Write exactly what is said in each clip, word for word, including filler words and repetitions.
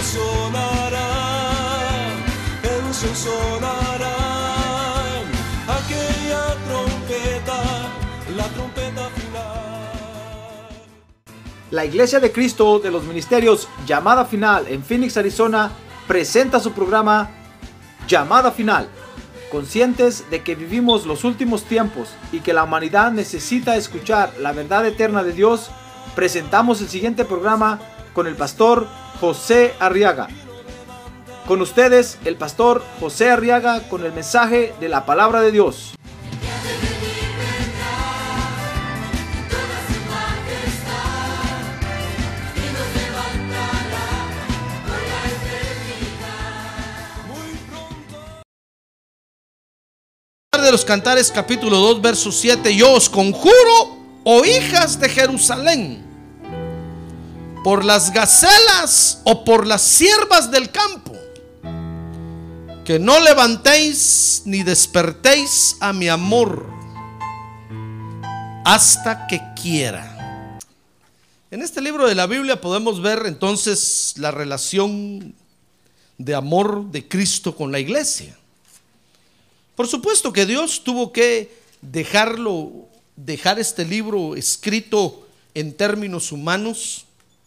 sonará, eso sonará, aquella trompeta, la trompeta final. La Iglesia de Cristo de los Ministerios Llamada Final en Phoenix, Arizona, presenta su programa Llamada Final. Conscientes de que vivimos los últimos tiempos y que la humanidad necesita escuchar la verdad eterna de Dios, presentamos el siguiente programa con el pastor José Arriaga. Con ustedes, el pastor José Arriaga, con el mensaje de la palabra de Dios. De los Cantares, capítulo dos, verso siete: yo os conjuro, oh hijas de Jerusalén, por las gacelas o por las siervas del campo, que no levantéis ni despertéis a mi amor hasta que quiera. En este libro de la Biblia podemos ver entonces la relación de amor de Cristo con la iglesia. Por supuesto que Dios tuvo que dejarlo, dejar este libro escrito en términos humanos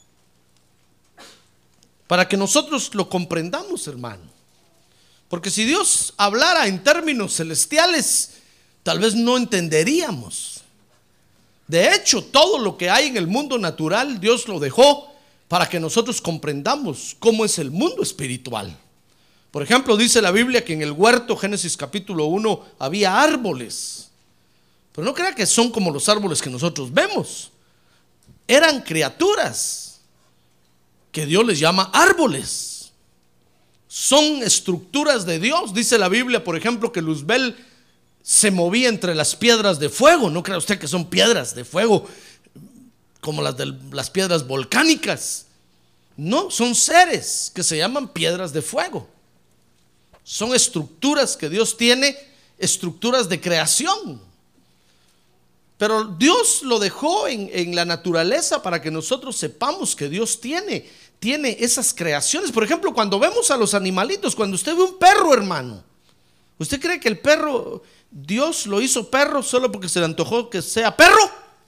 para que nosotros lo comprendamos, hermano. Porque si Dios hablara en términos celestiales, tal vez no entenderíamos. De hecho, todo lo que hay en el mundo natural, Dios lo dejó para que nosotros comprendamos cómo es el mundo espiritual. Por ejemplo, dice la Biblia que en el huerto, Génesis capítulo uno, había árboles. Pero no crea que son como los árboles que nosotros vemos. Eran criaturas que Dios les llama árboles. Son estructuras de Dios. Dice la Biblia, por ejemplo, que Luzbel se movía entre las piedras de fuego. No crea usted que son piedras de fuego como las de las piedras volcánicas. No, son seres que se llaman piedras de fuego. Son estructuras que Dios tiene, estructuras de creación. Pero Dios lo dejó en, en la naturaleza para que nosotros sepamos que Dios tiene, tiene esas creaciones. Por ejemplo, cuando vemos a los animalitos, cuando usted ve un perro, hermano, ¿usted cree que el perro, Dios lo hizo perro solo porque se le antojó que sea perro?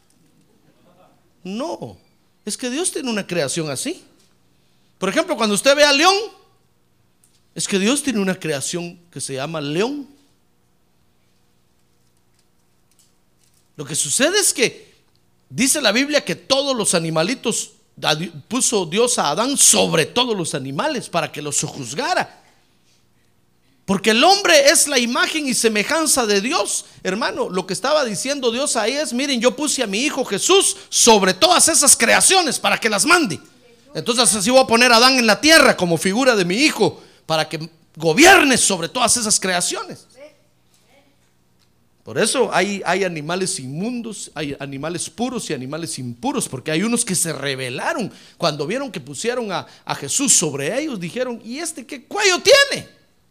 No, es que Dios tiene una creación así. Por ejemplo, cuando usted ve al león, es que Dios tiene una creación que se llama león. Lo que sucede es que dice la Biblia que todos los animalitos puso Dios a Adán sobre todos los animales para que los sojuzgara. Porque el hombre es la imagen y semejanza de Dios. Hermano, lo que estaba diciendo Dios ahí es: miren, yo puse a mi hijo Jesús sobre todas esas creaciones para que las mande. Entonces así voy a poner a Adán en la tierra como figura de mi hijo, para que gobierne sobre todas esas creaciones. Por eso hay, hay animales inmundos, hay animales puros y animales impuros, porque hay unos que se rebelaron cuando vieron que pusieron a, a Jesús sobre ellos. Dijeron: ¿y este qué cuello tiene?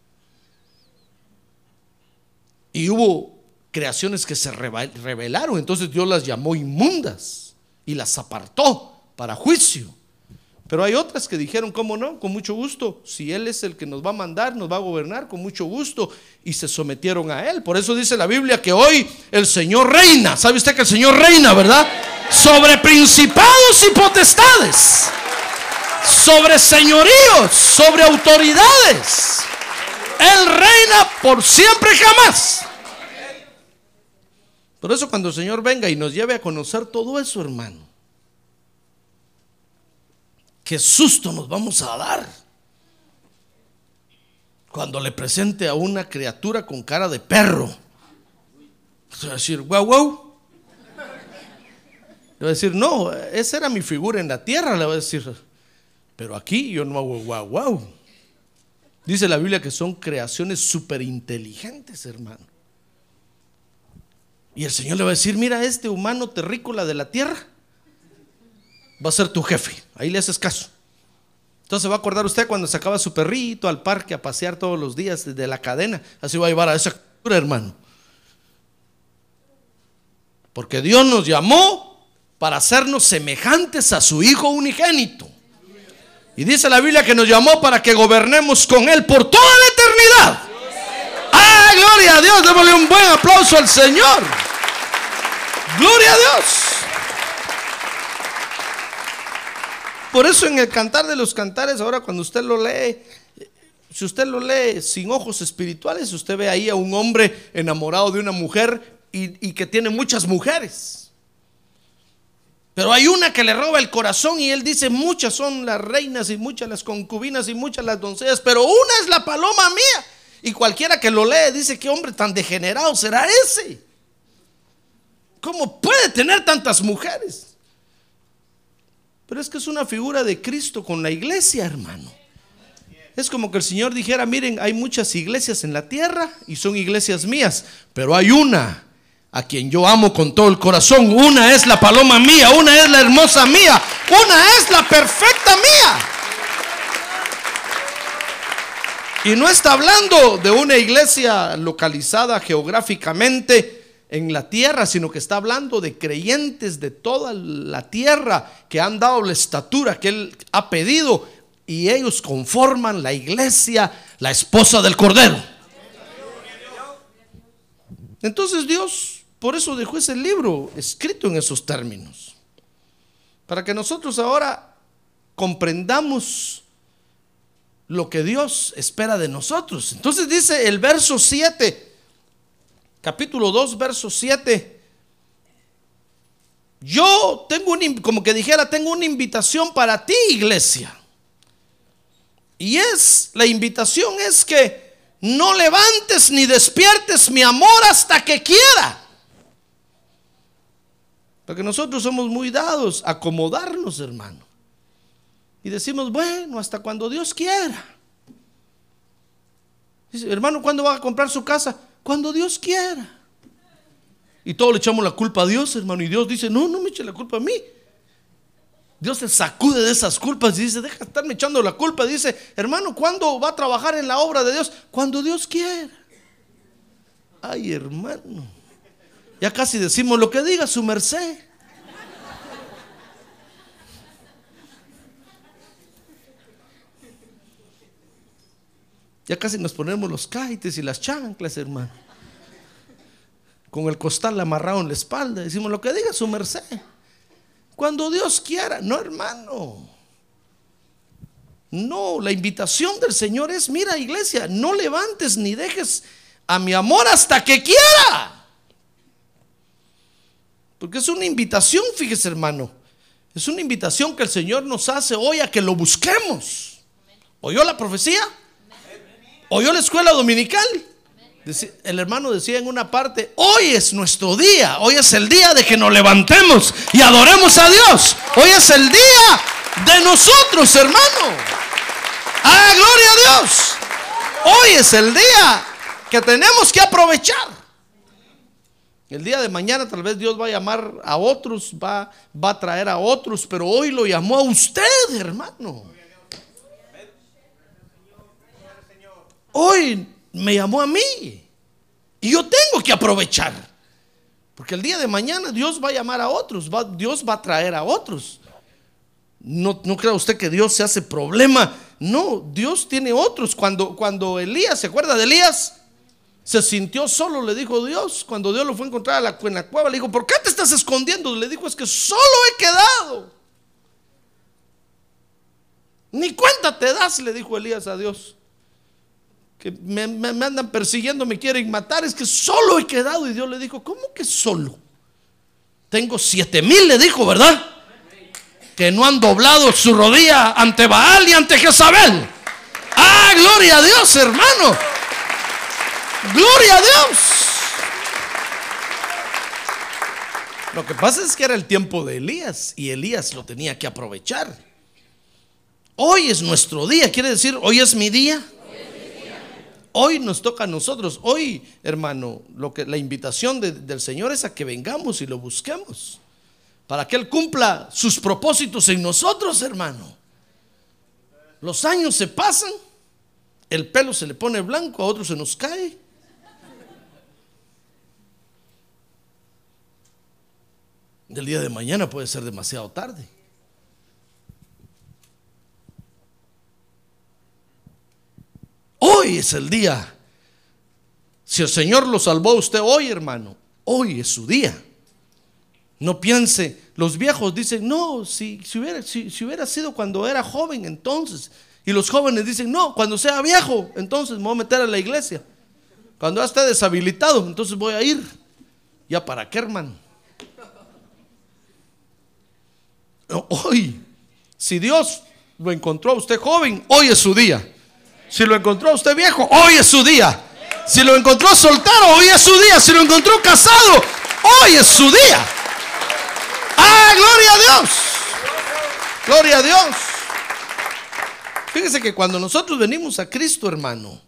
Y hubo creaciones que se rebelaron. Entonces Dios las llamó inmundas y las apartó para juicio. Pero hay otras que dijeron: ¿cómo no? Con mucho gusto. Si Él es el que nos va a mandar, nos va a gobernar, con mucho gusto. Y se sometieron a Él. Por eso dice la Biblia que hoy el Señor reina. ¿Sabe usted que el Señor reina, verdad? Sobre principados y potestades, sobre señoríos, sobre autoridades. Él reina por siempre y jamás. Por eso cuando el Señor venga y nos lleve a conocer todo eso, hermano, qué susto nos vamos a dar cuando le presente a una criatura con cara de perro. Va a decir: guau, guau. Le va a decir: no, esa era mi figura en la tierra. Le va a decir: pero aquí yo no hago guau, guau. Dice la Biblia que son creaciones súper inteligentes, hermano. Y el Señor le va a decir: mira, este humano terrícola de la tierra va a ser tu jefe. Ahí le haces caso. Entonces va a acordar usted cuando sacaba su perrito al parque a pasear todos los días desde la cadena. Así va a llevar a esa criatura, hermano. Porque Dios nos llamó para hacernos semejantes a su Hijo unigénito. Y dice la Biblia que nos llamó para que gobernemos con Él por toda la eternidad. ¡Ah, gloria a Dios! Démosle un buen aplauso al Señor. ¡Gloria a Dios! Por eso en el Cantar de los Cantares, ahora cuando usted lo lee, si usted lo lee sin ojos espirituales, usted ve ahí a un hombre enamorado de una mujer y, y que tiene muchas mujeres. Pero hay una que le roba el corazón y él dice: muchas son las reinas y muchas las concubinas y muchas las doncellas, pero una es la paloma mía. Y cualquiera que lo lee dice: ¿qué hombre tan degenerado será ese? ¿Cómo puede tener tantas mujeres? Pero es que es una figura de Cristo con la iglesia, hermano. Es como que el Señor dijera: miren, hay muchas iglesias en la tierra y son iglesias mías, pero hay una a quien yo amo con todo el corazón. Una es la paloma mía, una es la hermosa mía, una es la perfecta mía. Y no está hablando de una iglesia localizada geográficamente en la tierra, sino que está hablando de creyentes de toda la tierra que han dado la estatura que Él ha pedido, y ellos conforman la iglesia, la esposa del Cordero. Entonces Dios por eso dejó ese libro escrito en esos términos, para que nosotros ahora comprendamos lo que Dios espera de nosotros. Entonces dice el verso siete, capítulo dos, verso siete: yo tengo un, como que dijera, tengo una invitación para ti, iglesia. Y es, la invitación es que no levantes ni despiertes mi amor hasta que quiera. Porque nosotros somos muy dados a acomodarnos, hermano. Y decimos: bueno, hasta cuando Dios quiera. Dice: hermano, ¿cuándo va a comprar su casa? Cuando Dios quiera. Y todos le echamos la culpa a Dios, hermano. Y Dios dice: no, no me eche la culpa a mí. Dios se sacude de esas culpas y dice: deja de estarme echando la culpa. Dice: hermano, ¿cuándo va a trabajar en la obra de Dios? Cuando Dios quiera. Ay, hermano, ya casi decimos: lo que diga su merced. Ya casi nos ponemos los caites y las chanclas, hermano, con el costal amarrado en la espalda. Decimos: lo que diga su merced, cuando Dios quiera. No, hermano, no. La invitación del Señor es: mira, iglesia, no levantes ni dejes a mi amor hasta que quiera. Porque es una invitación, fíjese, hermano, es una invitación que el Señor nos hace hoy a que lo busquemos. ¿Oyó la profecía? ¿Oyó la escuela dominical? El hermano decía en una parte: hoy es nuestro día, hoy es el día de que nos levantemos y adoremos a Dios. Hoy es el día de nosotros, hermano. ¡Ah, gloria a Dios! Hoy es el día que tenemos que aprovechar. El día de mañana tal vez Dios va a llamar a otros, va, va a traer a otros, pero hoy lo llamó a usted, hermano. Hoy me llamó a mí y yo tengo que aprovechar, porque el día de mañana Dios va a llamar a otros, va, Dios va a traer a otros. No, no crea usted que Dios se hace problema. No, Dios tiene otros. Cuando, cuando Elías, ¿se acuerda de Elías? Se sintió solo, le dijo Dios. Cuando Dios lo fue a encontrar a la, en la cueva, le dijo: ¿por qué te estás escondiendo? Le dijo: es que solo he quedado. Ni cuenta te das, le dijo Elías a Dios, que me, me, me andan persiguiendo, me quieren matar, es que solo he quedado. Y Dios le dijo: ¿cómo que solo? Tengo siete mil, le dijo, ¿verdad? Que no han doblado su rodilla ante Baal y ante Jezabel. ¡Ah, gloria a Dios, hermano! ¡Gloria a Dios! Lo que pasa es que era el tiempo de Elías y Elías lo tenía que aprovechar. Hoy es nuestro día, quiere decir, hoy es mi día. Hoy nos toca a nosotros. Hoy, hermano, lo que la invitación de, del Señor es a que vengamos y lo busquemos, para que Él cumpla sus propósitos en nosotros, hermano. Los años se pasan, el pelo se le pone blanco, a otros se nos cae. El día de mañana puede ser demasiado tarde. hoy es el día. Si el Señor lo salvó a usted hoy, hermano, hoy es su día. No piense, los viejos dicen, no, si, si, hubiera, si, si hubiera sido cuando era joven, entonces. Y los jóvenes dicen, no, cuando sea viejo, entonces me voy a meter a la iglesia. Cuando ya esté deshabilitado, entonces voy a ir. ¿Ya para qué, hermano? No, hoy, si Dios lo encontró a usted joven, hoy es su día. Si lo encontró a usted viejo, hoy es su día. Si lo encontró soltero, hoy es su día. Si lo encontró casado, hoy es su día. ¡Ah, gloria a Dios! ¡Gloria a Dios! Fíjese que cuando nosotros venimos a Cristo, hermano,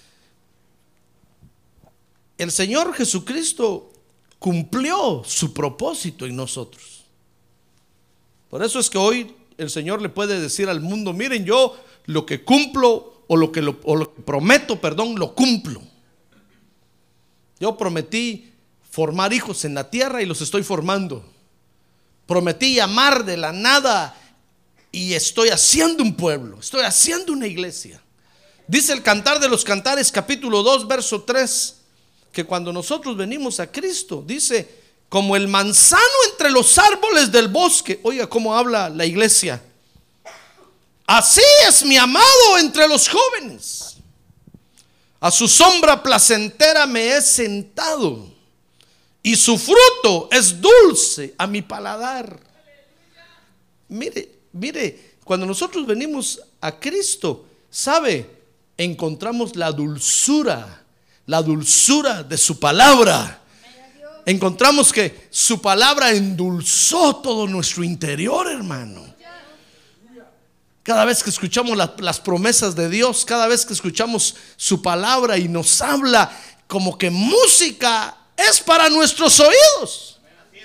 el Señor Jesucristo cumplió su propósito en nosotros. Por eso es que hoy el Señor le puede decir al mundo, miren, yo lo que cumplo o lo que, lo, o lo que prometo, perdón, lo cumplo. Yo prometí formar hijos en la tierra y los estoy formando. Prometí llamar de la nada y estoy haciendo un pueblo, estoy haciendo una iglesia. Dice el Cantar de los Cantares, capítulo dos, verso tres, que cuando nosotros venimos a Cristo, dice, como el manzano entre los árboles del bosque. Oiga cómo habla la iglesia. Así es mi amado entre los jóvenes. A su sombra placentera me he sentado, y su fruto es dulce a mi paladar. Mire, mire, cuando nosotros venimos a Cristo, ¿sabe? Encontramos la dulzura, la dulzura de su palabra. Encontramos que su palabra endulzó todo nuestro interior, hermano. Cada vez que escuchamos la, las promesas de Dios, cada vez que escuchamos su palabra y nos habla como que música, es para nuestros oídos.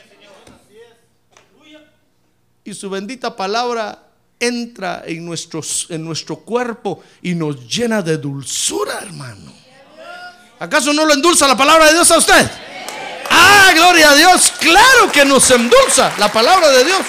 Y su bendita palabra entra en, nuestros, en nuestro cuerpo y nos llena de dulzura, hermano. ¿Acaso no lo endulza la palabra de Dios a usted? Ah, gloria a Dios. Claro que nos endulza la palabra de Dios.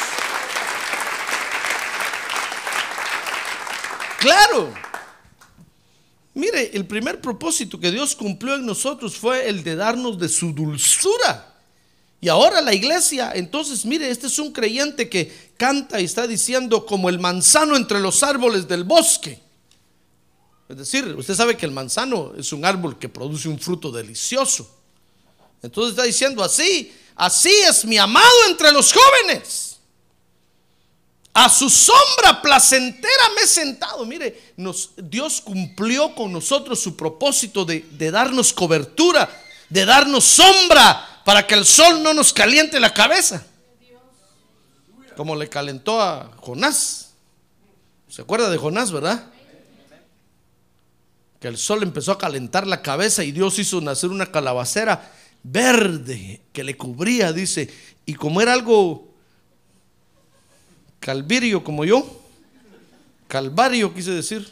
Claro. Mire, el primer propósito que Dios cumplió en nosotros fue el de darnos de su dulzura. Y ahora la iglesia, entonces mire, este es un creyente que canta y está diciendo, como el manzano entre los árboles del bosque. Es decir, usted sabe que el manzano es un árbol que produce un fruto delicioso. Entonces está diciendo, así, así es mi amado entre los jóvenes. A su sombra placentera me he sentado. Mire, nos, Dios cumplió con nosotros su propósito de, de darnos cobertura, de darnos sombra, para que el sol no nos caliente la cabeza, como le calentó a Jonás. ¿Se acuerda de Jonás, verdad? Que el sol empezó a calentar la cabeza y Dios hizo nacer una calabacera verde que le cubría, dice. Y como era algo calvirio como yo, calvario quise decir,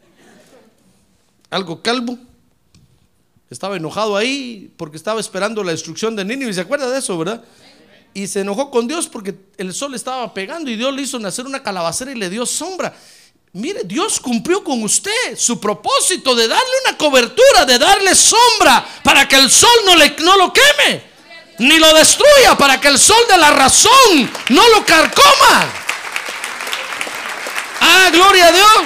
algo calvo, estaba enojado ahí porque estaba esperando la destrucción de Nínive. ¿Se acuerda de eso, verdad? Y se enojó con Dios porque el sol estaba pegando y Dios le hizo nacer una calabacera y le dio sombra. Mire, Dios cumplió con usted su propósito de darle una cobertura, de darle sombra para que el sol no, le, no lo queme ni lo destruya, para que el sol de la razón no lo carcoma. ¡Ah, gloria a Dios!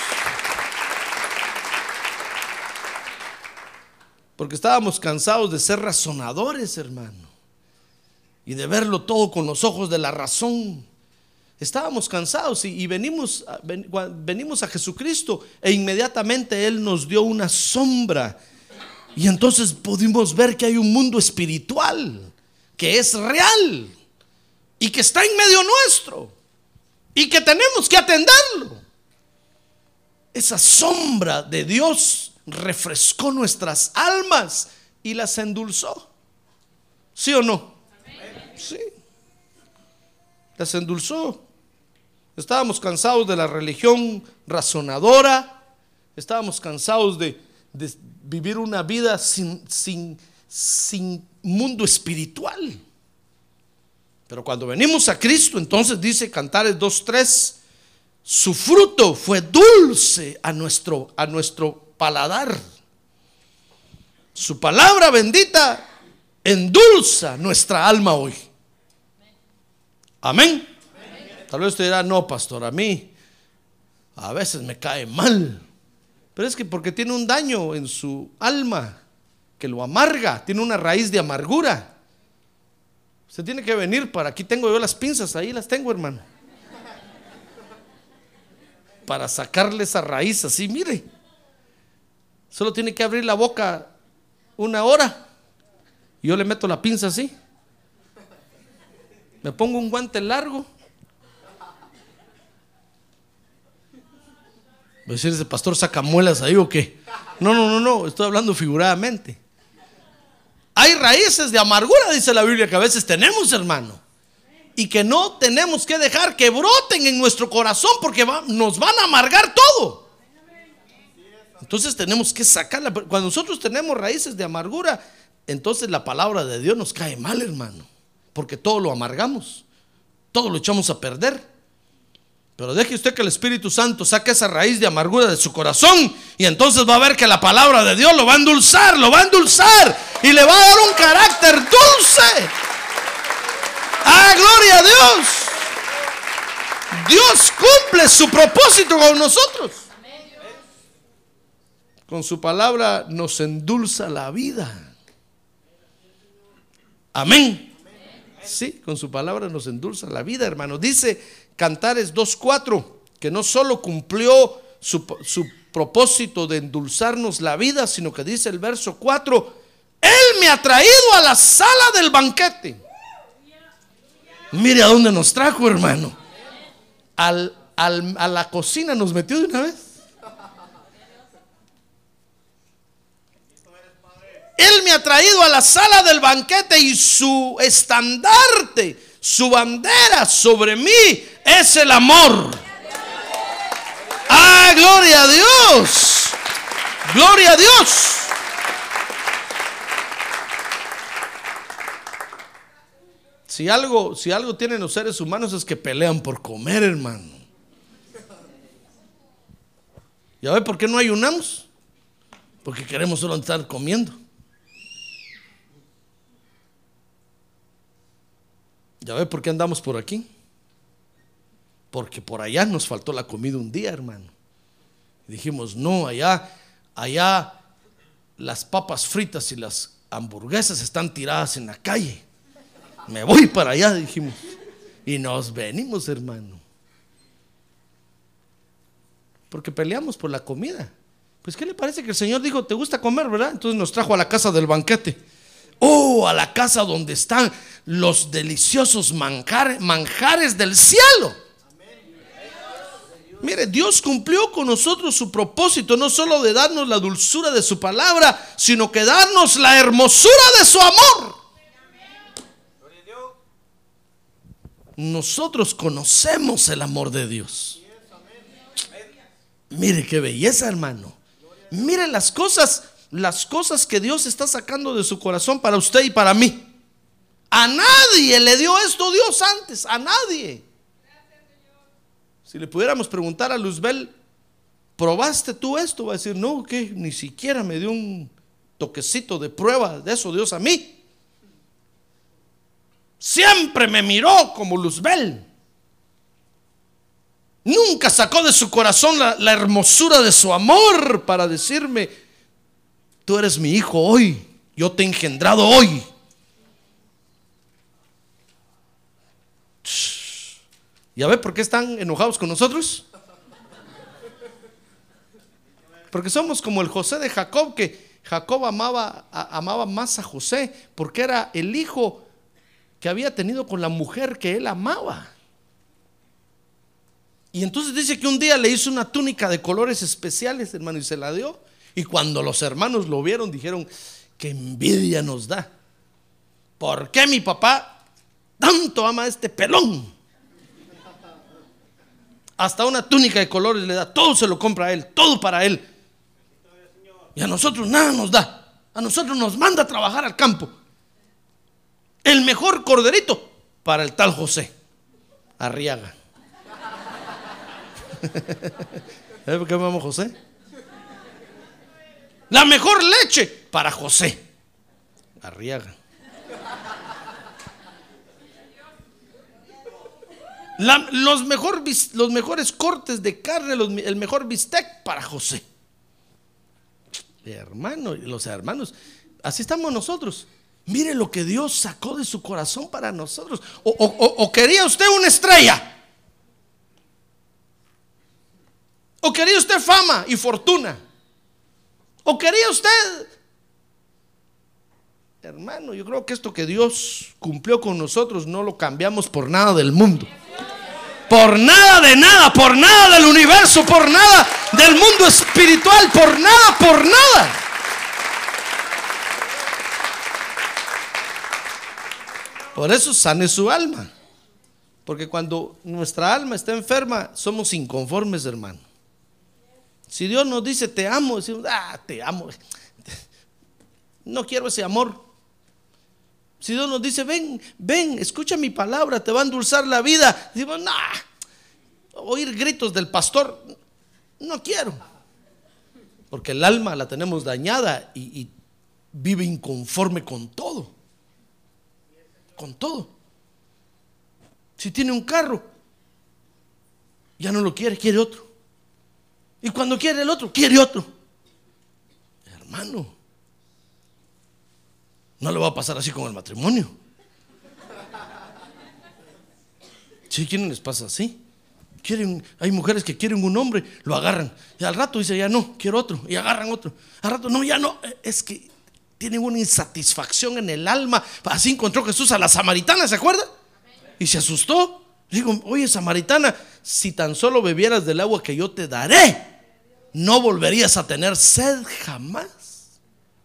Porque estábamos cansados de ser razonadores, hermano, y de verlo todo con los ojos de la razón. Estábamos cansados y, y venimos, ven, venimos a Jesucristo e inmediatamente Él nos dio una sombra. Y entonces pudimos ver que hay un mundo espiritual que es real y que está en medio nuestro y que tenemos que atenderlo. Esa sombra de Dios refrescó nuestras almas y las endulzó. ¿Sí o no? Sí, las endulzó. Estábamos cansados de la religión razonadora. Estábamos cansados de, de vivir una vida sin, sin, sin mundo espiritual. Pero cuando venimos a Cristo, entonces dice Cantares dos tres, su fruto fue dulce a nuestro, a nuestro paladar. Su palabra bendita endulza nuestra alma hoy. Amén. Amén. Tal vez usted dirá, no, pastor, a mí a veces me cae mal. Pero es que porque tiene un daño en su alma que lo amarga, tiene una raíz de amargura. Usted tiene que venir para aquí. Tengo yo las pinzas, ahí las tengo, hermano, para sacarle esa raíz así, mire. Solo tiene que abrir la boca una hora y yo le meto la pinza así. Me pongo un guante largo. Voy a decir, ese pastor saca muelas ahí o qué. No, no, no, no, estoy hablando figuradamente. Hay raíces de amargura, dice la Biblia, que a veces tenemos, hermano, y que no tenemos que dejar que broten en nuestro corazón, porque va, nos van a amargar todo. Entonces tenemos que sacarla. Cuando nosotros tenemos raíces de amargura, entonces la palabra de Dios nos cae mal, hermano, porque todo lo amargamos, todo lo echamos a perder. Pero deje usted que el Espíritu Santo saque esa raíz de amargura de su corazón, y entonces va a ver que la palabra de Dios lo va a endulzar, lo va a endulzar y le va a dar un carácter dulce. ¡Ah, gloria a Dios! Dios cumple su propósito con nosotros. Con su palabra nos endulza la vida. Amén. Sí, con su palabra nos endulza la vida, hermano. Dice Cantares dos cuatro que no solo cumplió su, su propósito de endulzarnos la vida, sino que dice el verso cuatro: Él me ha traído a la sala del banquete. Mire a dónde nos trajo, hermano. Al, al, a la cocina nos metió de una vez. Él me ha traído a la sala del banquete, y su estandarte, su bandera sobre mí es el amor. ¡Ah, gloria a Dios! ¡Gloria a Dios! Si algo, si algo tienen los seres humanos es que pelean por comer, hermano. ¿Ya ve por qué no ayunamos? Porque queremos solo estar comiendo. ¿Ya ve por qué andamos por aquí? Porque por allá nos faltó la comida un día, hermano. Y dijimos, no, allá, allá las papas fritas y las hamburguesas están tiradas en la calle. Me voy para allá, dijimos. Y nos venimos, hermano. Porque peleamos por la comida. Pues ¿qué le parece que el Señor dijo, te gusta comer, verdad? Entonces nos trajo a la casa del banquete. Oh, a la casa donde están los deliciosos manjar, manjares del cielo. Mire, Dios cumplió con nosotros su propósito, no solo de darnos la dulzura de su palabra, sino que darnos la hermosura de su amor. Nosotros conocemos el amor de Dios. Mire qué belleza, hermano. Mire las cosas, las cosas que Dios está sacando de su corazón para usted y para mí. A nadie le dio esto Dios antes, a nadie. Si le pudiéramos preguntar a Luzbel, ¿probaste tú esto? Va a decir, no, que ni siquiera me dio un toquecito de prueba de eso Dios a mí. Siempre me miró como Luzbel. Nunca sacó de su corazón la, la hermosura de su amor para decirme, tú eres mi hijo hoy, yo te he engendrado hoy. ¿Ya ve por qué están enojados con nosotros? Porque somos como el José de Jacob, que Jacob amaba, a, amaba más a José porque era el hijo que había tenido con la mujer que él amaba. Y entonces dice que un día le hizo una túnica de colores especiales, hermano, y se la dio. Y cuando los hermanos lo vieron, dijeron, qué envidia nos da. ¿Por qué mi papá tanto ama a este pelón? Hasta una túnica de colores le da, todo se lo compra a él, todo para él. Y a nosotros nada nos da. A nosotros nos manda a trabajar al campo. El mejor corderito para el tal José Arriaga. ¿Sabes por qué me llamo José? La mejor leche para José. Arriaga. La, los, mejor, los mejores cortes de carne, los, el mejor bistec para José. Hermano, los hermanos, así estamos nosotros. Mire lo que Dios sacó de su corazón para nosotros. O, o, o, o quería usted una estrella, o quería usted fama y fortuna, o quería usted, hermano, yo creo que esto que Dios cumplió con nosotros no lo cambiamos por nada del mundo, por nada de nada, por nada del universo, por nada del mundo espiritual, por nada, por nada. Por eso sane su alma, porque cuando nuestra alma está enferma somos inconformes, hermano. Si Dios nos dice te amo, decimos, ah, te amo, no quiero ese amor. Si Dios nos dice ven, ven, escucha mi palabra, te va a endulzar la vida, decimos, no, oír gritos del pastor, no quiero, porque el alma la tenemos dañada y, y vive inconforme con todo. Con todo. Si tiene un carro, ya no lo quiere, quiere otro. Y cuando quiere el otro, quiere otro. Hermano, no le va a pasar así con el matrimonio. ¿Sí? ¿Quién les pasa así? Quieren, hay mujeres que quieren un hombre, lo agarran y al rato dice ya no, quiero otro, y agarran otro. Al rato no, ya no, es que tienen una insatisfacción en el alma. Así encontró Jesús a la samaritana, ¿se acuerda? Y se asustó. Digo, oye, samaritana, si tan solo bebieras del agua que yo te daré, no volverías a tener sed jamás.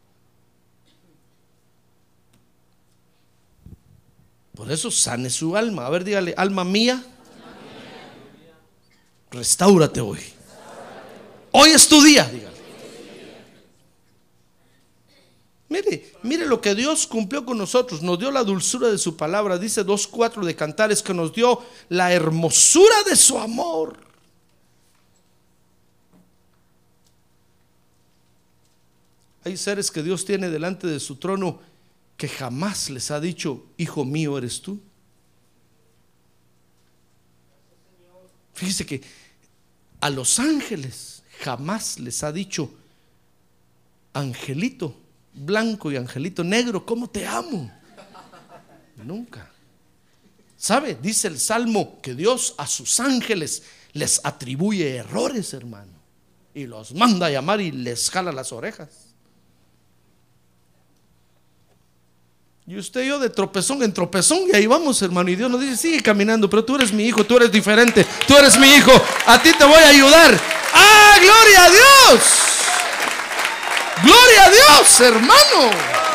Por eso sane su alma. A ver, dígale, alma mía, restáurate hoy. Hoy es tu día, dígale. Mire, mire lo que Dios cumplió con nosotros. Nos dio la dulzura de su palabra. Dice dos cuatro de Cantares que nos dio la hermosura de su amor. Hay seres que Dios tiene delante de su trono que jamás les ha dicho, hijo mío eres tú. Fíjese que a los ángeles jamás les ha dicho, angelito blanco y angelito negro, ¿cómo te amo? Nunca. ¿Sabe? Dice el Salmo que Dios a sus ángeles les atribuye errores, hermano, y los manda a llamar y les jala las orejas. Y usted y yo de tropezón en tropezón, y ahí vamos, hermano, y Dios nos dice, sigue caminando, pero tú eres mi hijo, tú eres diferente, tú eres mi hijo, a ti te voy a ayudar. ¡Ah, gloria a Dios! ¡Gloria a Dios, hermano!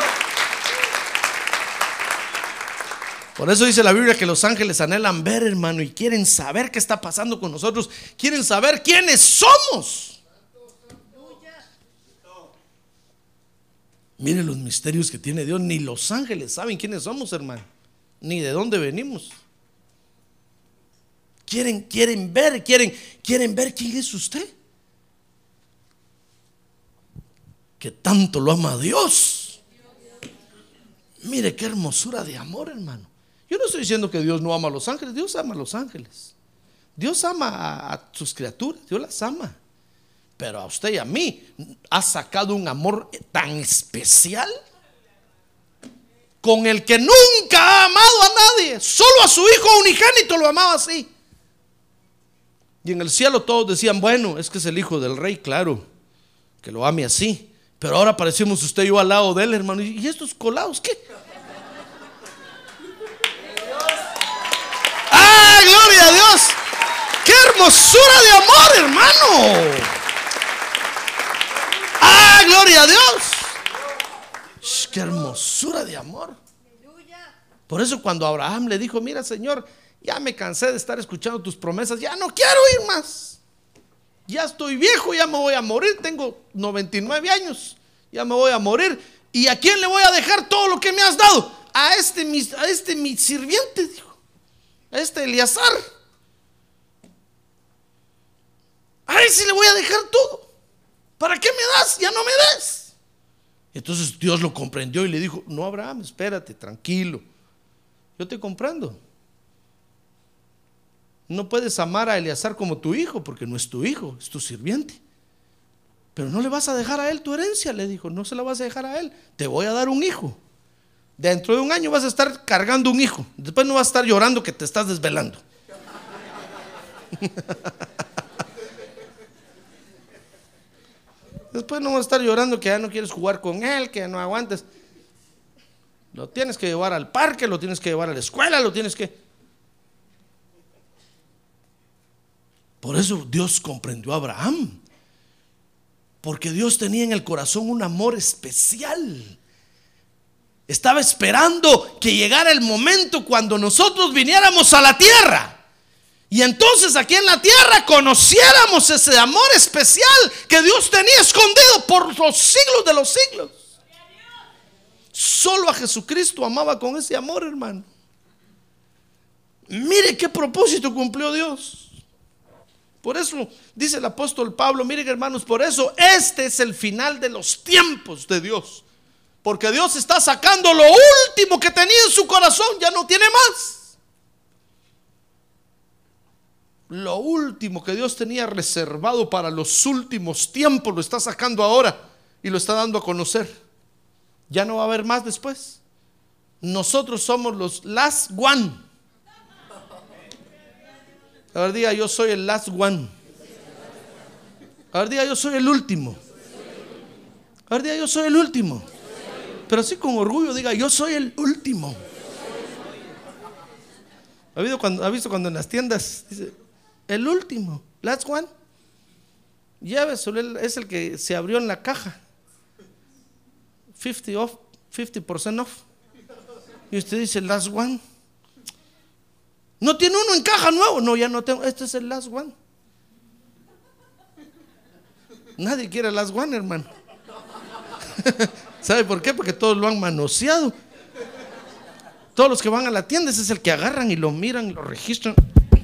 Por eso dice la Biblia que los ángeles anhelan ver, hermano, y quieren saber qué está pasando con nosotros, quieren saber quiénes somos. Mire los misterios que tiene Dios. Ni los ángeles saben quiénes somos, hermano, ni de dónde venimos. Quieren, quieren ver, quieren, quieren ver quién es usted. Que tanto lo ama a Dios. Mire qué hermosura de amor, hermano. Yo no estoy diciendo que Dios no ama a los ángeles. Dios ama a los ángeles. Dios ama a, a sus criaturas. Dios las ama. Pero a usted y a mí ha sacado un amor tan especial con el que nunca ha amado a nadie. Solo a su hijo unigénito lo amaba así. Y en el cielo todos decían, bueno, es que es el hijo del rey, claro, que lo ame así. Pero ahora parecemos usted y yo al lado de él, hermano. ¿Y estos colados qué? ¡Ah, gloria a Dios! ¡Qué hermosura de amor, hermano! ¡Ah, gloria a Dios! Shh, ¡qué hermosura de amor! Por eso cuando Abraham le dijo, mira, Señor, ya me cansé de estar escuchando tus promesas, ya no quiero ir más. Ya estoy viejo, ya me voy a morir, tengo noventa y nueve años, ya me voy a morir. ¿Y a quién le voy a dejar todo lo que me has dado? A este mi, a este mi sirviente, dijo, a este Eleazar. A él sí le voy a dejar todo. ¿Para qué me das? Ya no me des. Entonces Dios lo comprendió y le dijo: no, Abraham, espérate, tranquilo, yo te comprendo. No puedes amar a Eleazar como tu hijo, porque no es tu hijo, es tu sirviente. Pero no le vas a dejar a él tu herencia, le dijo, no se la vas a dejar a él, te voy a dar un hijo. Dentro de un año vas a estar cargando un hijo, después no vas a estar llorando que te estás desvelando. Después no vas a estar llorando que ya no quieres jugar con él, que ya no aguantes. Lo tienes que llevar al parque, lo tienes que llevar a la escuela, lo tienes que... Por eso Dios comprendió a Abraham, porque Dios tenía en el corazón un amor especial. Estaba esperando que llegara el momento cuando nosotros viniéramos a la tierra, y entonces aquí en la tierra conociéramos ese amor especial que Dios tenía escondido por los siglos de los siglos. Solo a Jesucristo amaba con ese amor, hermano. Mire qué propósito cumplió Dios. Por eso dice el apóstol Pablo, miren hermanos, por eso este es el final de los tiempos de Dios. Porque Dios está sacando lo último que tenía en su corazón, ya no tiene más. Lo último que Dios tenía reservado para los últimos tiempos lo está sacando ahora y lo está dando a conocer. Ya no va a haber más después. Nosotros somos los last one. A ver, diga, yo soy el last one. A ver, diga, yo soy el último. A ver, diga, yo soy el último. Pero así con orgullo diga, yo soy el último. ¿Ha visto cuando, ha visto cuando en las tiendas dice el último, last one? Ya ves, es el que se abrió en la caja. cincuenta off, cincuenta por ciento off. Y usted dice last one. ¿No tiene uno en caja nuevo? No, ya no tengo. Este es el last one. Nadie quiere el last one, hermano. ¿Sabe por qué? Porque todos lo han manoseado. Todos los que van a la tienda, ese es el que agarran y lo miran y lo registran.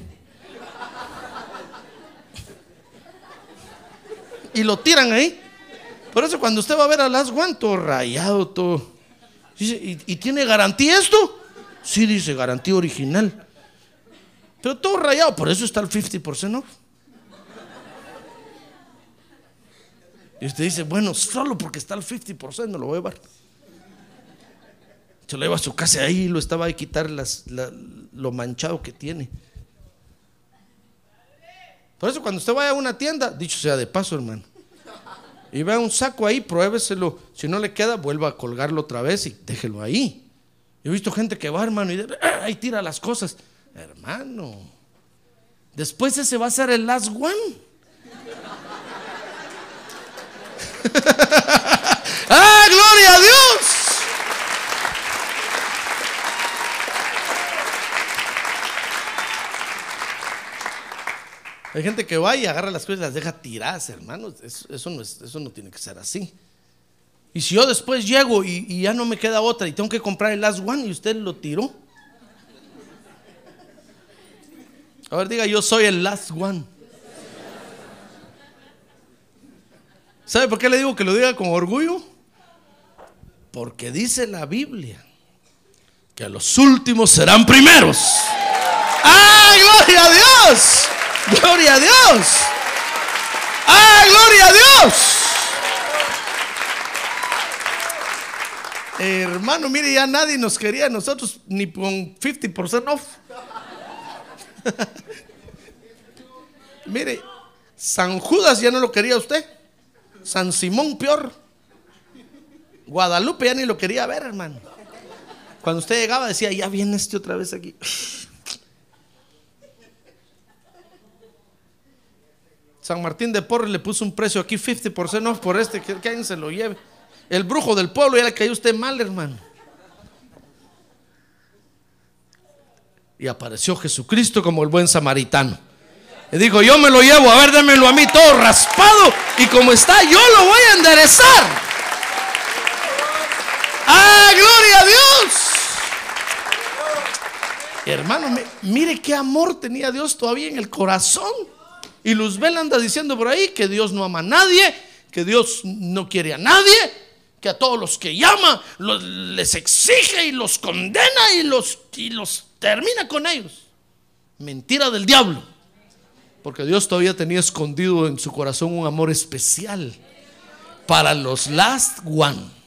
Y lo tiran ahí. Por eso cuando usted va a ver al last one, todo rayado, todo. Dice, ¿y, ¿y tiene garantía esto? Sí, dice, garantía original. Pero todo rayado, por eso está el cincuenta por ciento off. Y usted dice, bueno, solo porque está el cincuenta por ciento me lo voy a llevar. Se lo lleva a su casa, ahí lo estaba a quitar las, la, lo manchado que tiene. Por eso cuando usted vaya a una tienda, dicho sea de paso, hermano, y vea un saco ahí, pruébeselo. Si no le queda, vuelva a colgarlo otra vez y déjelo ahí. Yo he visto gente que va, hermano, y de, ¡ah! Ahí tira las cosas. Hermano, después ese va a ser el last one. ¡Ah, gloria a Dios! Hay gente que va y agarra las cosas y las deja tiradas, hermanos. Eso, eso, no es, eso no tiene que ser así. Y si yo después llego y, y ya no me queda otra y tengo que comprar el last one y usted lo tiró. A ver, diga, yo soy el last one. ¿Sabe por qué le digo que lo diga con orgullo? Porque dice la Biblia que los últimos serán primeros. ¡Ah, gloria a Dios! ¡Gloria a Dios! ¡Ah, gloria a Dios! Eh, hermano, mire, ya nadie nos quería a nosotros ni con cincuenta por ciento off. Mire, San Judas ya no lo quería usted. San Simón peor. Guadalupe ya ni lo quería ver, hermano. Cuando usted llegaba decía, ya viene este otra vez aquí. San Martín de Porres le puso un precio aquí, cincuenta por ciento off por este, que, que alguien se lo lleve. El brujo del pueblo ya le cayó usted mal, hermano. Y apareció Jesucristo como el buen samaritano. Y dijo, yo me lo llevo, a ver, démelo a mí todo raspado, y como está, yo lo voy a enderezar. ¡Ah, gloria a Dios! Hermano, mire qué amor tenía Dios todavía en el corazón. Y Luzbel anda diciendo por ahí que Dios no ama a nadie, que Dios no quiere a nadie, que a todos los que llama los, les exige y los condena y los, y los termina con ellos. Mentira del diablo, porque Dios todavía tenía escondido en su corazón un amor especial para los last one.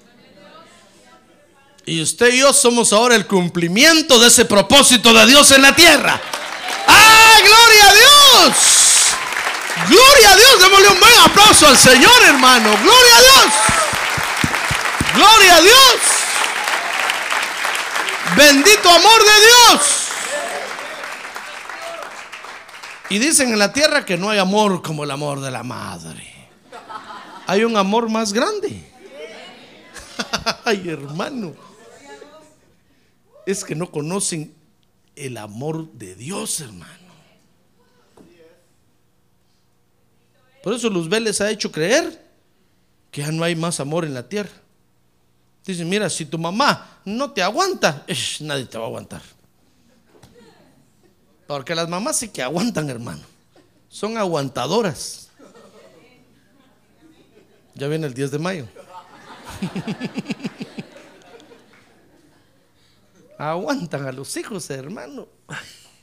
Y usted y yo somos ahora el cumplimiento de ese propósito de Dios en la tierra. ¡Ah, gloria a Dios! ¡Gloria a Dios! Démosle un buen aplauso al Señor, hermano. ¡Gloria a Dios! ¡Gloria a Dios! ¡Bendito amor de Dios! Y dicen en la tierra que no hay amor como el amor de la madre. Hay un amor más grande. Ay, hermano, es que no conocen el amor de Dios, hermano. Por eso Luzbel les ha hecho creer que ya no hay más amor en la tierra. Dicen, mira, si tu mamá no te aguanta, ish, nadie te va a aguantar. Porque las mamás sí que aguantan, hermano. Son aguantadoras. Ya viene el diez de mayo. Aguantan a los hijos, hermano. Ay.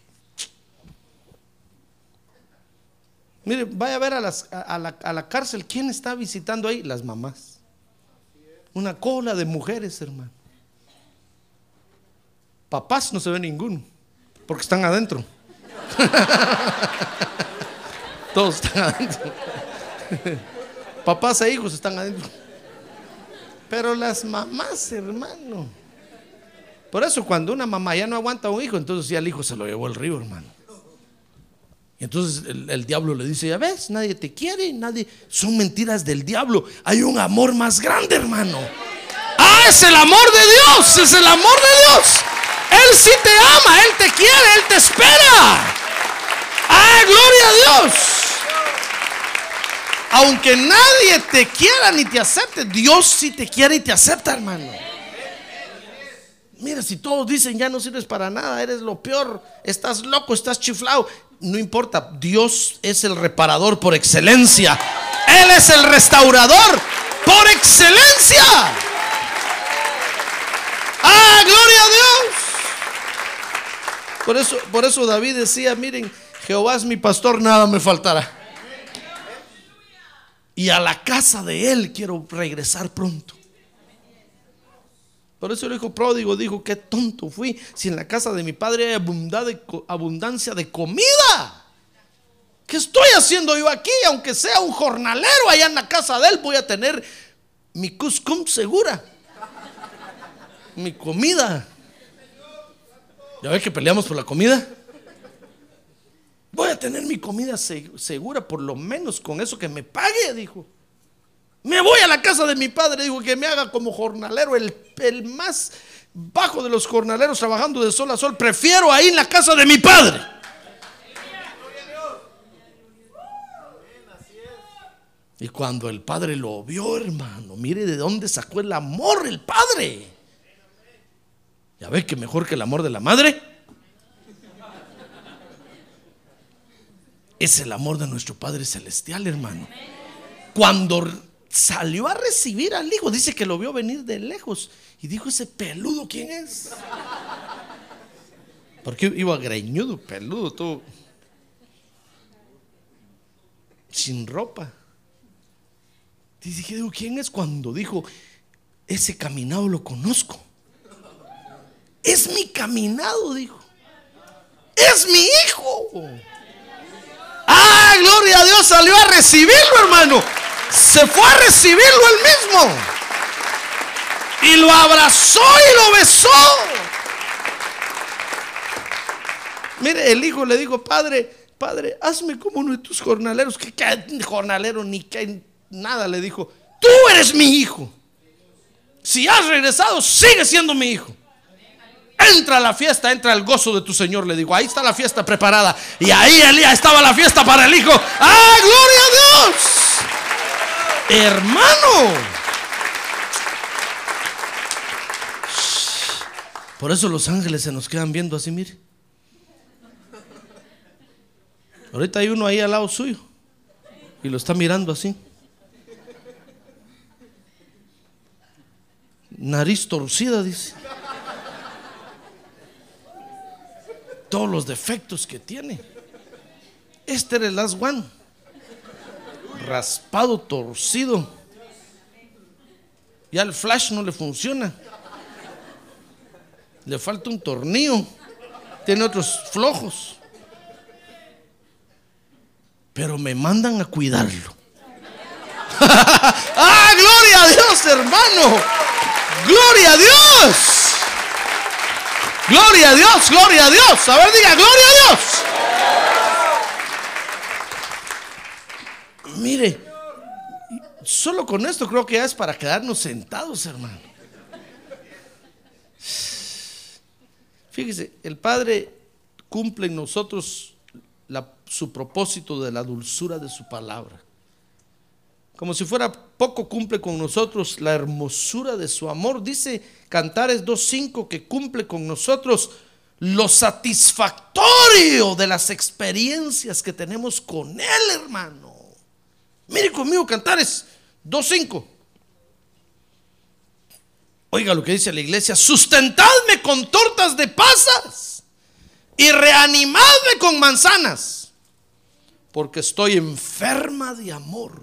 Mire, vaya a ver a, las, a, la, a la cárcel. ¿Quién está visitando ahí? Las mamás. Una cola de mujeres, hermano. Papás no se ve ninguno, porque están adentro. Todos están adentro. Papás e hijos están adentro. Pero las mamás, hermano. Por eso cuando una mamá ya no aguanta a un hijo, entonces ya el hijo se lo llevó al río, hermano. Y entonces el, el diablo le dice, ya ves, nadie te quiere, nadie. Son mentiras del diablo. Hay un amor más grande, hermano. Ah, es el amor de Dios, es el amor de Dios. Él sí te ama, Él te quiere, Él te espera. Ah, gloria a Dios. Aunque nadie te quiera ni te acepte, Dios sí te quiere y te acepta, hermano. Mira, si todos dicen ya no sirves para nada, eres lo peor, estás loco, estás chiflado, no importa, Dios es el reparador por excelencia. Él es el restaurador por excelencia. ¡Ah, gloria a Dios! Por eso, por eso David decía, miren, Jehová es mi pastor, nada me faltará. Y a la casa de Él quiero regresar pronto. Por eso el hijo pródigo dijo, qué tonto fui, si en la casa de mi padre hay abundancia de comida. ¿Qué estoy haciendo yo aquí? Aunque sea un jornalero allá en la casa de él, voy a tener mi cuscum segura, mi comida. ¿Ya ves que peleamos por la comida? Voy a tener mi comida segura, por lo menos con eso que me pague, dijo. Me voy a la casa de mi padre, dijo, que me haga como jornalero, el, el más bajo de los jornaleros, trabajando de sol a sol. Prefiero ahí en la casa de mi padre. Y cuando el padre lo vio, hermano, mire de dónde sacó el amor el padre. ¿Ya ve que mejor que el amor de la madre? Es el amor de nuestro Padre Celestial, hermano. Cuando salió a recibir al hijo, dice que lo vio venir de lejos y dijo, ese peludo, ¿quién es? Porque iba greñudo, peludo, todo sin ropa. Dice, digo, ¿quién es? Cuando dijo, ese caminado lo conozco. Es mi caminado, dijo. Es mi hijo. Ah, gloria a Dios, salió a recibirlo, hermano. Se fue a recibirlo él mismo y lo abrazó y lo besó. Mire, el hijo le dijo, padre, padre, hazme como uno de tus jornaleros. Que jornalero ni que nada, le dijo, tú eres mi hijo. Si has regresado, sigue siendo mi hijo. Entra a la fiesta, entra al gozo de tu Señor, le digo. Ahí está la fiesta preparada. Y ahí Elías estaba la fiesta para el hijo. ¡Ah, gloria a Dios! Hermano, por eso los ángeles se nos quedan viendo así, mire. Ahorita hay uno ahí al lado suyo y lo está mirando así. nariz torcida, dice. Todos los defectos que tiene. Este era el last one. Raspado, torcido. Ya el flash no le funciona. Le falta un tornillo. Tiene otros flojos. Pero me mandan a cuidarlo. ¡Ah, gloria a Dios, hermano! ¡Gloria a Dios! ¡Gloria a Dios! ¡Gloria a Dios! A ver, diga, ¡gloria a Dios! Mire, solo con esto creo que ya es para quedarnos sentados, hermano. Fíjese, el Padre cumple en nosotros la, su propósito de la dulzura de su palabra. Como si fuera poco, cumple con nosotros la hermosura de su amor. Dice Cantares dos cinco que cumple con nosotros lo satisfactorio de las experiencias que tenemos con Él, hermano. Mire conmigo Cantares dos cinco. Oiga lo que dice la iglesia: sustentadme con tortas de pasas y reanimadme con manzanas, porque estoy enferma de amor.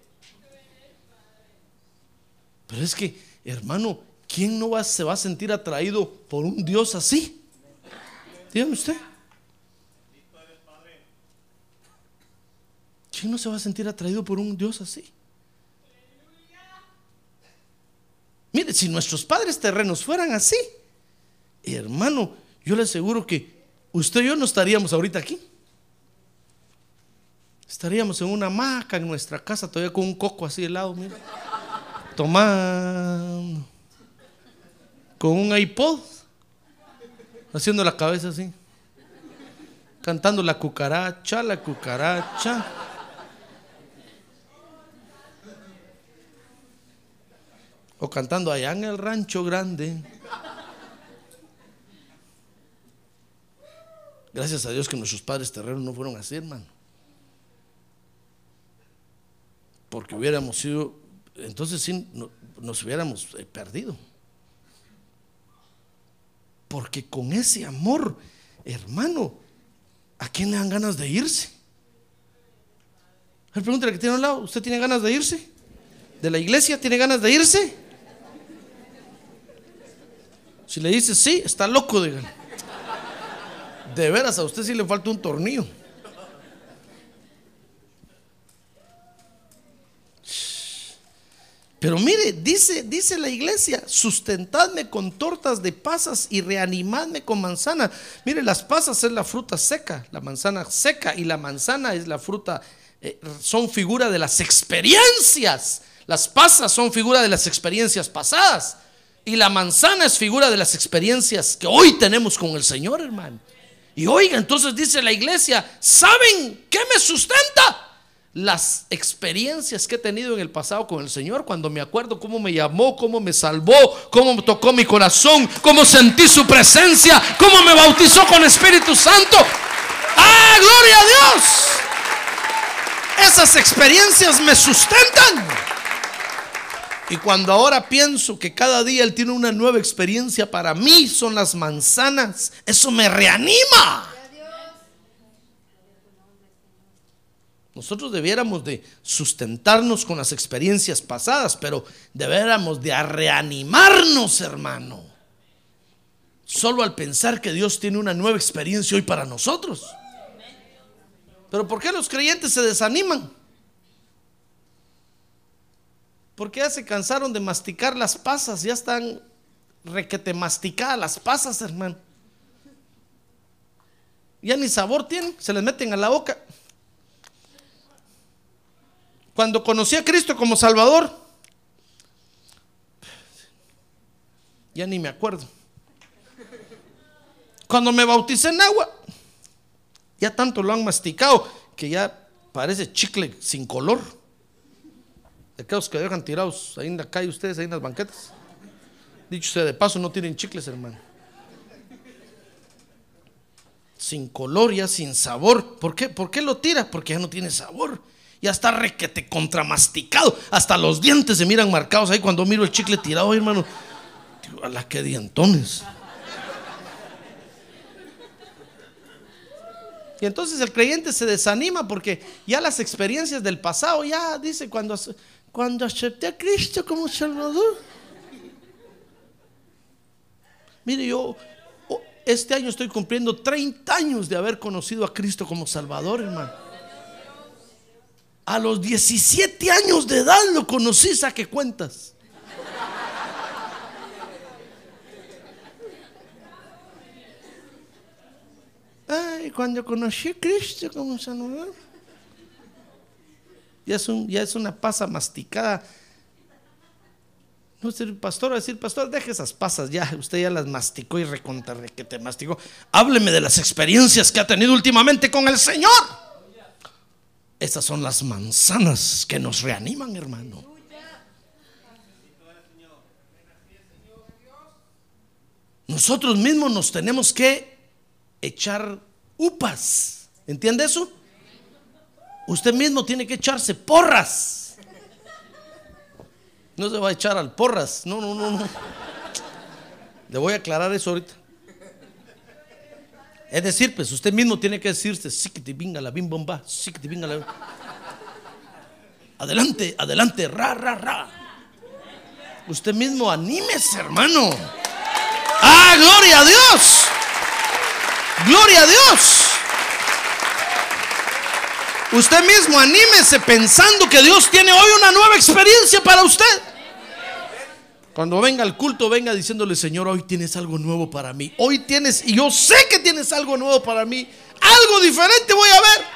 Pero es que, hermano, ¿quién no va, se va a sentir atraído por un Dios así? Dígame usted. ¿Quién no se va a sentir atraído por un Dios así? Mire, si nuestros padres terrenos fueran así, hermano, yo le aseguro que usted y yo no estaríamos ahorita aquí. Estaríamos en una hamaca en nuestra casa, todavía con un coco así de lado, mire, tomando, con un iPod, haciendo la cabeza así, cantando la cucaracha, la cucaracha. O cantando allá en el rancho grande. Gracias a Dios que nuestros padres terrenos no fueron así, hermano. Porque hubiéramos sido, entonces sí, no, nos hubiéramos eh, perdido. Porque con ese amor, hermano, ¿a quién le dan ganas de irse? A ver, pregúntale que tiene a un lado: ¿usted tiene ganas de irse? ¿De la iglesia tiene ganas de irse? Si le dice sí, está loco, digan. De veras, a usted sí le falta un tornillo. Pero mire, dice, dice la iglesia: sustentadme con tortas de pasas y reanimadme con manzana. Mire, las pasas es la fruta seca, la manzana seca, y la manzana es la fruta, eh, son figura de las experiencias. Las pasas son figura de las experiencias pasadas, y la manzana es figura de las experiencias que hoy tenemos con el Señor, hermano. Y oiga, entonces dice la iglesia: ¿saben qué me sustenta? Las experiencias que he tenido en el pasado con el Señor, cuando me acuerdo cómo me llamó, cómo me salvó, cómo tocó mi corazón, cómo sentí su presencia, cómo me bautizó con Espíritu Santo. ¡Ah, gloria a Dios! Esas experiencias me sustentan. Y cuando ahora pienso que cada día Él tiene una nueva experiencia para mí, son las manzanas, eso me reanima. Nosotros debiéramos de sustentarnos con las experiencias pasadas, pero debiéramos de reanimarnos, hermano, solo al pensar que Dios tiene una nueva experiencia hoy para nosotros. Pero ¿por qué los creyentes se desaniman? Porque ya se cansaron de masticar las pasas, ya están requete masticadas las pasas, hermano. Ya ni sabor tienen, se les meten a la boca. Cuando conocí a Cristo como Salvador, ya ni me acuerdo. Cuando me bauticé en agua, ya tanto lo han masticado que ya parece chicle sin color. De aquellos que dejan tirados ahí en la calle ustedes, ahí en las banquetas. Dicho sea de paso, no tienen chicles, hermano. Sin color, ya sin sabor. ¿Por qué? ¿Por qué lo tira? Porque ya no tiene sabor. Ya está requete contramasticado. Hasta los dientes se miran marcados ahí cuando miro el chicle tirado, hermano. Digo, a la que dientones. Y entonces el creyente se desanima porque ya las experiencias del pasado, ya dice, cuando, cuando acepté a Cristo como Salvador. Mire, yo este año estoy cumpliendo treinta años de haber conocido a Cristo como Salvador, hermano. A los diecisiete años de edad lo conocí, saqué cuentas. Ay, cuando conocí a Cristo como Salvador, ya es, un, ya es una pasa masticada. No sé, el pastor va a decir, pastor, deje esas pasas ya, usted ya las masticó y recontaré que te masticó. Hábleme de las experiencias que ha tenido últimamente con el Señor. Esas son las manzanas que nos reaniman, hermano. Nosotros mismos nos tenemos que echar upas. ¿Entiende eso? Usted mismo tiene que echarse porras. No se va a echar al porras. No, no, no, no. Le voy a aclarar eso ahorita. Es decir, pues usted mismo tiene que decirse, sí que te venga la bim bomba, sí que te venga la. Adelante, adelante, ra, ra, ra. Usted mismo anímese, hermano. ¡Ah, gloria a Dios! ¡Gloria a Dios! Usted mismo anímese pensando que Dios tiene hoy una nueva experiencia para usted. Cuando venga al culto, venga diciéndole, Señor, hoy tienes algo nuevo para mí. Hoy tienes, y yo sé que tienes algo nuevo para mí. Algo diferente voy a ver.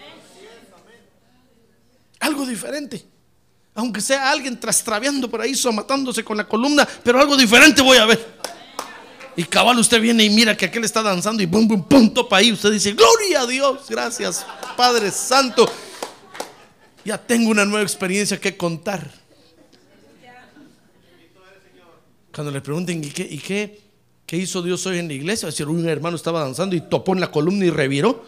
Algo diferente. Aunque sea alguien trastraviando por ahí, matándose con la columna, pero algo diferente voy a ver. Y cabal, usted viene y mira que aquel está danzando y pum, pum, pum, topa ahí. Usted dice, gloria a Dios, gracias Padre Santo. Ya tengo una nueva experiencia que contar. Cuando le pregunten, ¿y qué, y qué, qué hizo Dios hoy en la iglesia? Va a decir, un hermano estaba danzando y topó en la columna y reviró.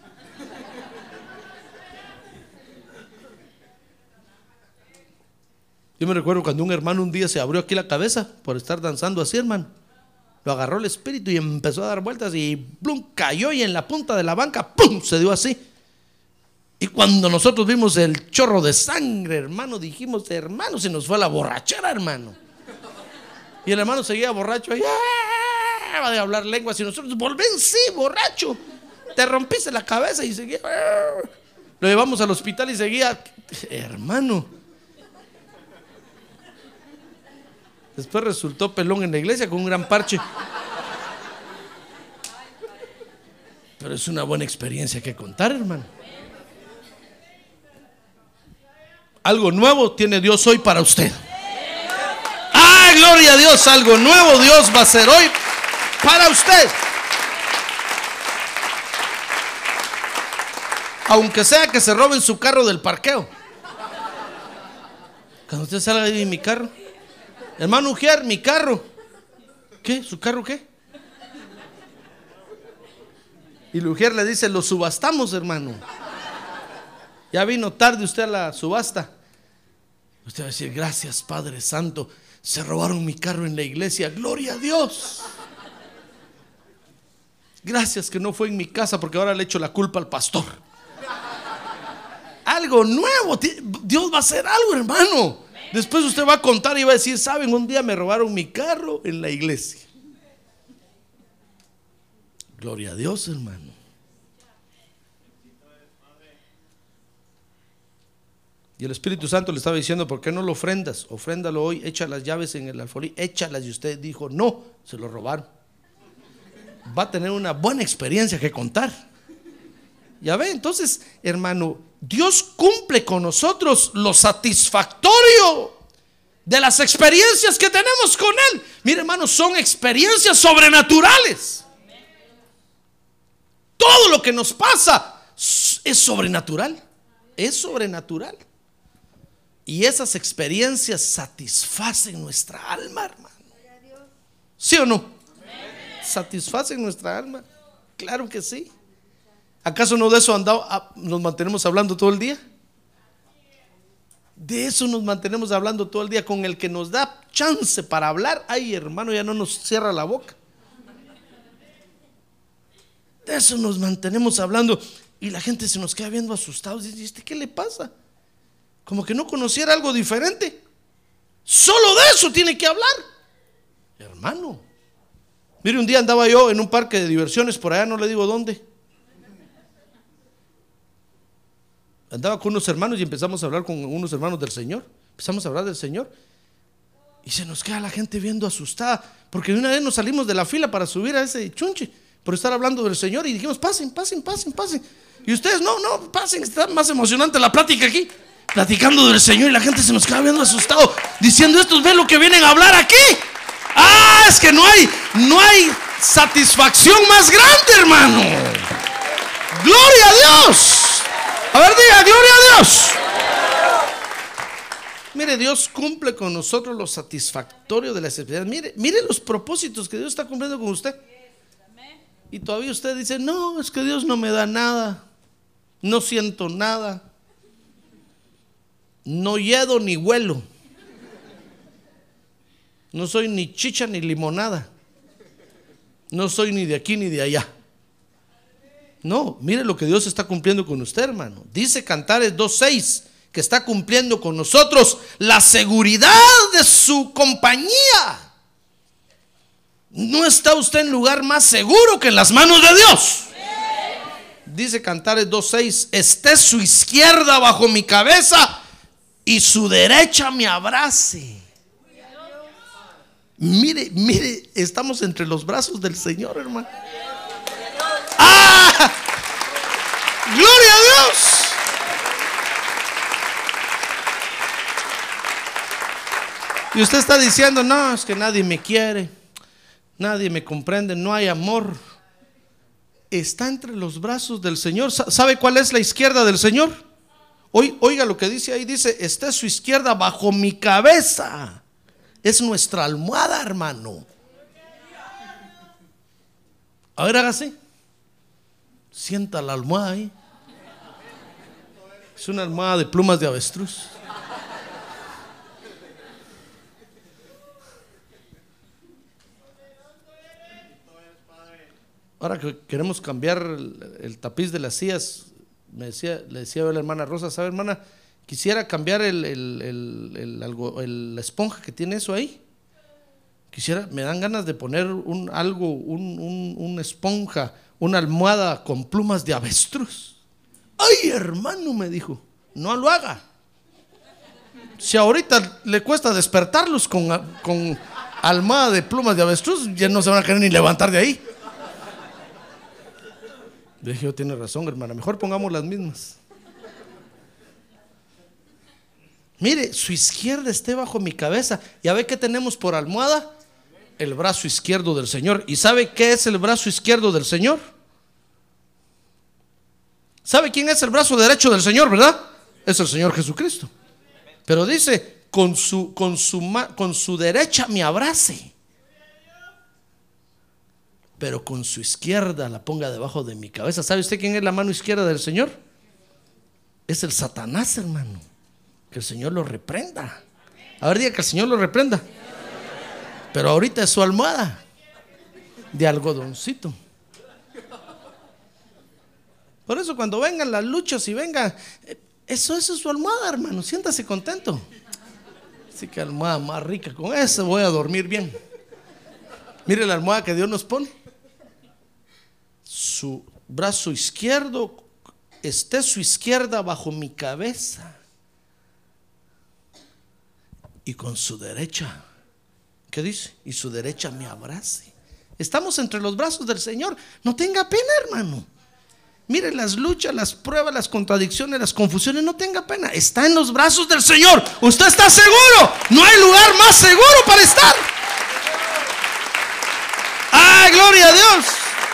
Yo me recuerdo cuando un hermano un día se abrió aquí la cabeza por estar danzando así, hermano. Lo agarró el espíritu y empezó a dar vueltas y plum, cayó, y en la punta de la banca, pum, se dio así. Y cuando nosotros vimos el chorro de sangre, hermano, dijimos, hermano, se nos fue la borrachera, hermano. Y el hermano seguía borracho ahí, va de hablar lenguas, y nosotros, volven, sí, borracho, te rompiste la cabeza. Y seguía, lo llevamos al hospital y seguía, hermano. Después resultó pelón en la iglesia con un gran parche. Pero es una buena experiencia que contar, hermano. Algo nuevo tiene Dios hoy para usted. ¡Ah, gloria a Dios! Algo nuevo Dios va a hacer hoy para usted. Aunque sea que se roben su carro del parqueo. Cuando usted salga de mi carro, hermano Ujier, mi carro. ¿Qué? ¿Su carro qué? Y Ujier le dice, lo subastamos, hermano. Ya vino tarde usted a la subasta. Usted va a decir, gracias Padre Santo, se robaron mi carro en la iglesia, gloria a Dios. Gracias que no fue en mi casa, porque ahora le echo la culpa al pastor. Algo nuevo, Dios va a hacer algo, hermano. Después usted va a contar y va a decir, saben, un día me robaron mi carro en la iglesia. Gloria a Dios, hermano. Y el Espíritu Santo le estaba diciendo, ¿por qué no lo ofrendas? Ofréndalo hoy, echa las llaves en el alfolí, échalas. Y usted dijo, no, se lo robaron. Va a tener una buena experiencia que contar. Ya ve, entonces, hermano, Dios cumple con nosotros lo satisfactorio de las experiencias que tenemos con Él. Mire, hermano, son experiencias sobrenaturales. Todo lo que nos pasa es sobrenatural. Es sobrenatural. Y esas experiencias satisfacen nuestra alma, hermano. ¿Sí o no? Satisfacen nuestra alma. Claro que sí. ¿Acaso no de eso andamos, nos mantenemos hablando todo el día? De eso nos mantenemos hablando todo el día, con el que nos da chance para hablar, ay hermano, ya no nos cierra la boca. De eso nos mantenemos hablando y la gente se nos queda viendo asustados. Dice, ¿este qué le pasa? Como que no conociera algo diferente. Solo de eso tiene que hablar, hermano. Mire, un día andaba yo en un parque de diversiones por allá, no le digo dónde. Andaba con unos hermanos y empezamos a hablar con unos hermanos del Señor. Empezamos a hablar del Señor y se nos queda la gente viendo asustada, porque una vez nos salimos de la fila para subir a ese chunche por estar hablando del Señor y dijimos, pasen, pasen, pasen, pasen. Y ustedes, no, no, pasen, está más emocionante la plática aquí, platicando del Señor, y la gente se nos queda viendo asustado, diciendo, estos ven lo que vienen a hablar aquí. Ah, es que no hay, no hay satisfacción más grande, hermano. Gloria a Dios. A ver, diga, gloria a Dios. Mire, Dios cumple con nosotros lo satisfactorio de la espiritualidad. Mire, mire los propósitos que Dios está cumpliendo con usted. Y todavía usted dice, no, es que Dios no me da nada, no siento nada, no yedo ni huelo, no soy ni chicha ni limonada, no soy ni de aquí ni de allá. No, mire lo que Dios está cumpliendo con usted, hermano. Dice Cantares dos seis que está cumpliendo con nosotros la seguridad de su compañía. ¿No está usted en lugar más seguro que en las manos de Dios? Dice Cantares dos seis, esté su izquierda bajo mi cabeza y su derecha me abrace. Mire, mire, estamos entre los brazos del Señor, hermano. ¡Ah! ¡Gloria a Dios! Y usted está diciendo, no, es que nadie me quiere, nadie me comprende, no hay amor. Está entre los brazos del Señor. ¿Sabe cuál es la izquierda del Señor? Oiga lo que dice ahí, dice, está a su izquierda bajo mi cabeza. Es nuestra almohada, hermano. A ver, hágase. Sienta la almohada ahí. Es una almohada de plumas de avestruz. Ahora que queremos cambiar el, el tapiz de las sillas, me decía, le decía a la hermana Rosa, ¿sabe, hermana? Quisiera cambiar el, el, el, el, algo, el, la esponja que tiene eso ahí. Quisiera, me dan ganas de poner un algo, un, un, una esponja, una almohada con plumas de avestruz. Ay, hermano, me dijo, no lo haga. Si ahorita le cuesta despertarlos con, con almohada de plumas de avestruz, ya no se van a querer ni levantar de ahí. Dije, yo tiene razón, hermana, mejor pongamos las mismas. Mire, su izquierda esté bajo mi cabeza. ¿Ya ve qué tenemos por almohada? El brazo izquierdo del Señor. ¿Y sabe qué es el brazo izquierdo del Señor? ¿Sabe quién es el brazo derecho del Señor, verdad? Es el Señor Jesucristo. Pero dice, con su, con su, con su derecha me abrace, pero con su izquierda la ponga debajo de mi cabeza. ¿Sabe usted quién es la mano izquierda del Señor? Es el Satanás, hermano. Que el Señor lo reprenda. A ver, diga que el Señor lo reprenda. Pero ahorita es su almohada de algodoncito. Por eso cuando vengan las luchas y vengan, eso, eso es su almohada, hermano. Siéntase contento. Así que almohada más rica, con eso voy a dormir bien. Mire la almohada que Dios nos pone. Su brazo izquierdo, esté su izquierda bajo mi cabeza, y con su derecha, ¿qué dice? Y su derecha me abrace. Estamos entre los brazos del Señor. No tenga pena, hermano. Mire las luchas, las pruebas, las contradicciones, las confusiones. No tenga pena. Está en los brazos del Señor. Usted está seguro. No hay lugar más seguro para estar. ¡Ah, gloria a Dios!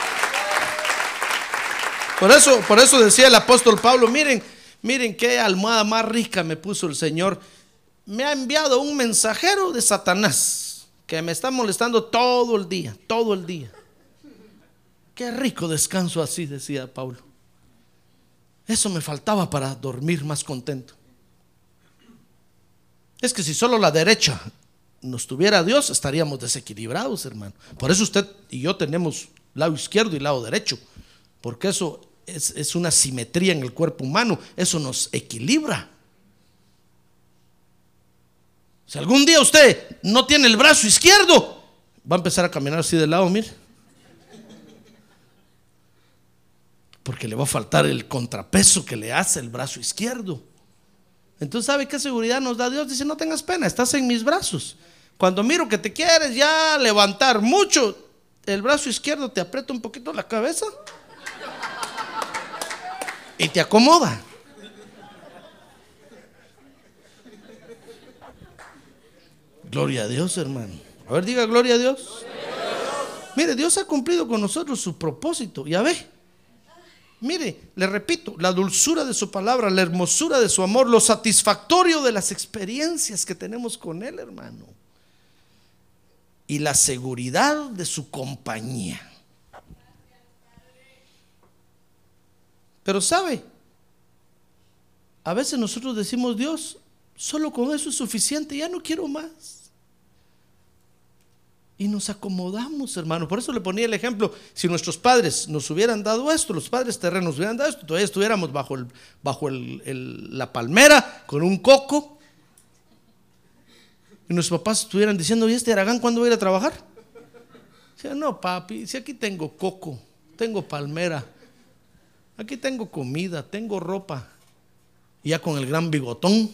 Por eso, por eso decía el apóstol Pablo, miren, miren qué almohada más rica me puso el Señor. Me ha enviado un mensajero de Satanás que me está molestando todo el día, todo el día. Qué rico descanso así, decía Pablo. Eso me faltaba para dormir más contento. Es que si solo la derecha nos tuviera Dios, estaríamos desequilibrados, hermano. Por eso usted y yo tenemos lado izquierdo y lado derecho, porque eso es, es una simetría en el cuerpo humano, eso nos equilibra. Si algún día usted no tiene el brazo izquierdo, va a empezar a caminar así de lado, mire, porque le va a faltar el contrapeso que le hace el brazo izquierdo. Entonces, ¿sabe qué seguridad nos da Dios? Dice: no tengas pena, estás en mis brazos. Cuando miro que te quieres ya levantar mucho, el brazo izquierdo te aprieta un poquito la cabeza y te acomoda. Gloria a Dios, hermano. A ver, diga gloria a Dios. Gloria a Dios. Mire, Dios ha cumplido con nosotros su propósito. Ya ve. Mire, le repito, la dulzura de su palabra, la hermosura de su amor, lo satisfactorio de las experiencias que tenemos con Él, hermano, y la seguridad de su compañía. Pero sabe, a veces nosotros decimos: Dios, solo con eso es suficiente, ya no quiero más. Y nos acomodamos, hermano. Por eso le ponía el ejemplo: si nuestros padres nos hubieran dado esto, los padres terrenos nos hubieran dado esto, todavía estuviéramos bajo, el, bajo el, el, la palmera con un coco, y nuestros papás estuvieran diciendo: ¿y este Aragán cuándo va a ir a trabajar? Dice: no, papi, si aquí tengo coco, tengo palmera, aquí tengo comida, tengo ropa. Y ya con el gran bigotón.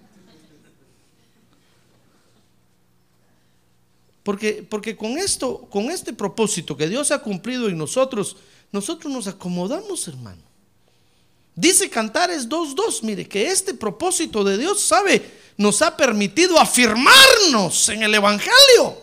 Porque, porque con esto, con este propósito que Dios ha cumplido en nosotros, nosotros nos acomodamos, hermano. Dice Cantares dos dos, mire, que este propósito de Dios, sabe, nos ha permitido afirmarnos en el Evangelio.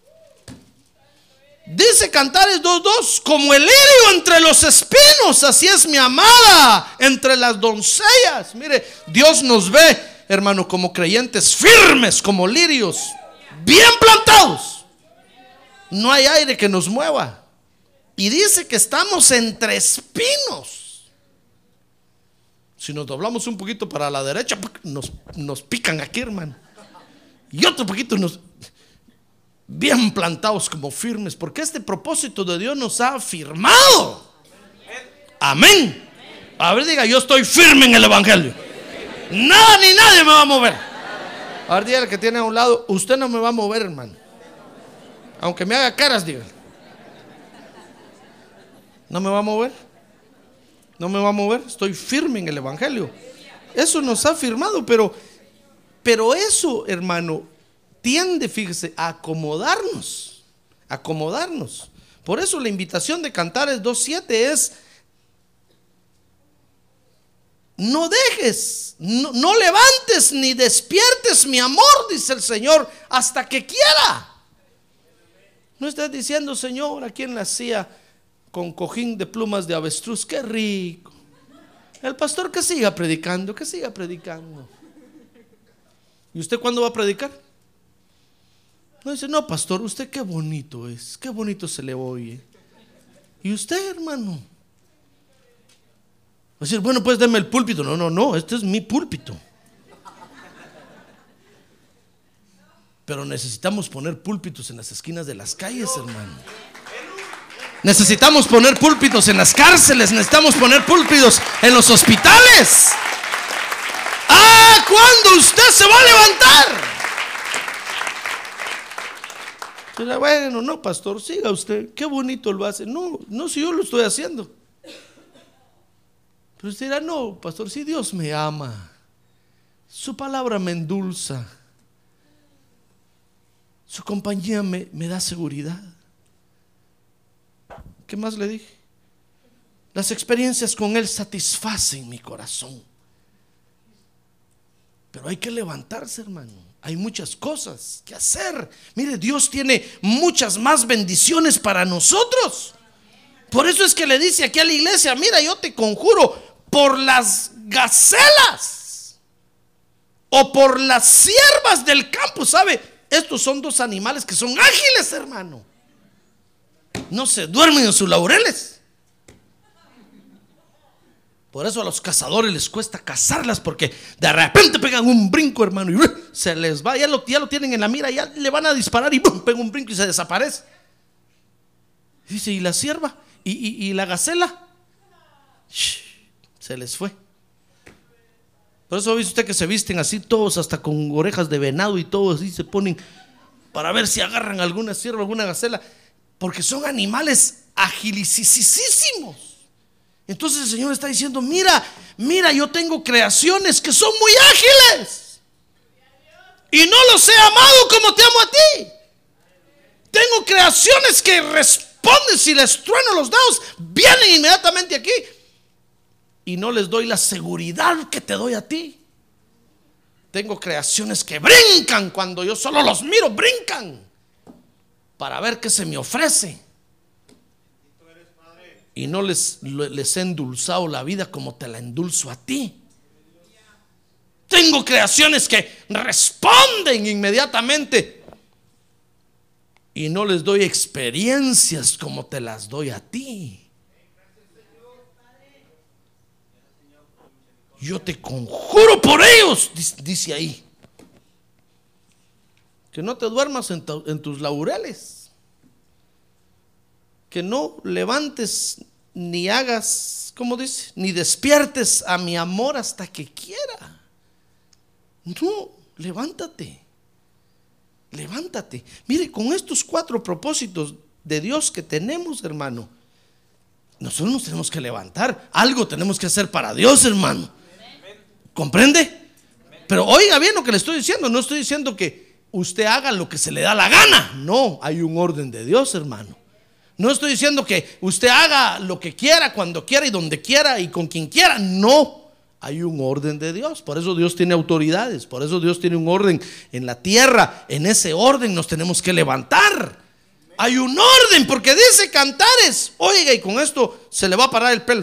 Dice Cantares dos dos: como el lirio entre los espinos, así es mi amada entre las doncellas. Mire, Dios nos ve, hermano, como creyentes firmes, como lirios, bien plantados. No hay aire que nos mueva. Y dice que estamos entre espinos. Si nos doblamos un poquito para la derecha, nos, nos pican aquí, hermano. Y otro poquito nos... bien plantados, como firmes, porque este propósito de Dios nos ha afirmado. Amén. A ver, diga: yo estoy firme en el Evangelio. Nada ni nadie me va a mover. A ver, diga al que tiene a un lado: usted no me va a mover, hermano. Aunque me haga caras, diga. ¿No me va a mover? ¿No me va a mover? Estoy firme en el Evangelio. Eso nos ha afirmado, pero, pero eso, hermano, tiende, fíjese, a acomodarnos. Acomodarnos. Por eso la invitación de Cantares dos siete es: no dejes, no, no levantes ni despiertes mi amor, dice el Señor, hasta que quiera. No estés diciendo: Señor, ¿a quién la hacía con cojín de plumas de avestruz? Qué rico. El pastor que siga predicando, que siga predicando. ¿Y usted cuándo va a predicar? No dice: no, pastor, usted qué bonito es, qué bonito se le oye. ¿Y usted, hermano? Va a decir: bueno, pues deme el púlpito. No, no, no, este es mi púlpito. Pero necesitamos poner púlpitos en las esquinas de las calles, hermano. Necesitamos poner púlpitos en las cárceles. Necesitamos poner púlpitos en los hospitales. Ah, ¿cuándo usted se va a levantar? Dirá: bueno, no, pastor, siga usted, qué bonito lo hace. No, no, si yo lo estoy haciendo. Pero usted dirá: no, pastor, si Dios me ama, su palabra me endulza, su compañía me, me da seguridad. ¿Qué más le dije? Las experiencias con Él satisfacen mi corazón. Pero hay que levantarse, hermano. Hay muchas cosas que hacer. Mire, Dios tiene muchas más bendiciones para nosotros. Por eso es que le dice aquí a la iglesia: mira, yo te conjuro por las gacelas o por las ciervas del campo. ¿Sabe? Estos son dos animales que son ágiles, hermano. No se duermen en sus laureles. Por eso a los cazadores les cuesta cazarlas, porque de repente pegan un brinco, hermano, y ¡uh! Se les va, ya lo, ya lo tienen en la mira, ya le van a disparar y ¡pum! Pegan un brinco y se desaparece. Y dice, ¿y la cierva? ¿Y, y, y la gacela? Shh, se les fue. Por eso ha visto usted que se visten así todos, hasta con orejas de venado y todo así, se ponen para ver si agarran alguna cierva, alguna gacela, porque son animales agilicísimos. Entonces el Señor está diciendo, mira, mira, yo tengo creaciones que son muy ágiles y no los he amado como te amo a ti. Tengo creaciones que responden, si les trueno los dedos, vienen inmediatamente aquí, y no les doy la seguridad que te doy a ti. Tengo creaciones que brincan cuando yo solo los miro, brincan para ver qué se me ofrece. Y no les, les he endulzado la vida como te la endulzo a ti. Tengo creaciones que responden inmediatamente y no les doy experiencias como te las doy a ti. Yo te conjuro por ellos, dice ahí, que no te duermas en, tu, en tus laureles, que no levantes ni hagas, ¿cómo dice? Ni despiertes a mi amor hasta que quiera. No, levántate, levántate. Mire, con estos cuatro propósitos de Dios que tenemos, hermano, nosotros nos tenemos que levantar. Algo tenemos que hacer para Dios, hermano. ¿Comprende? Pero oiga bien lo que le estoy diciendo. No estoy diciendo que usted haga lo que se le da la gana. No, hay un orden de Dios, hermano. No estoy diciendo que usted haga lo que quiera, cuando quiera y donde quiera y con quien quiera. No, hay un orden de Dios. Por eso Dios tiene autoridades. Por eso Dios tiene un orden en la tierra. En ese orden nos tenemos que levantar. Hay un orden, porque dice Cantares. Oiga, y con esto se le va a parar el pelo.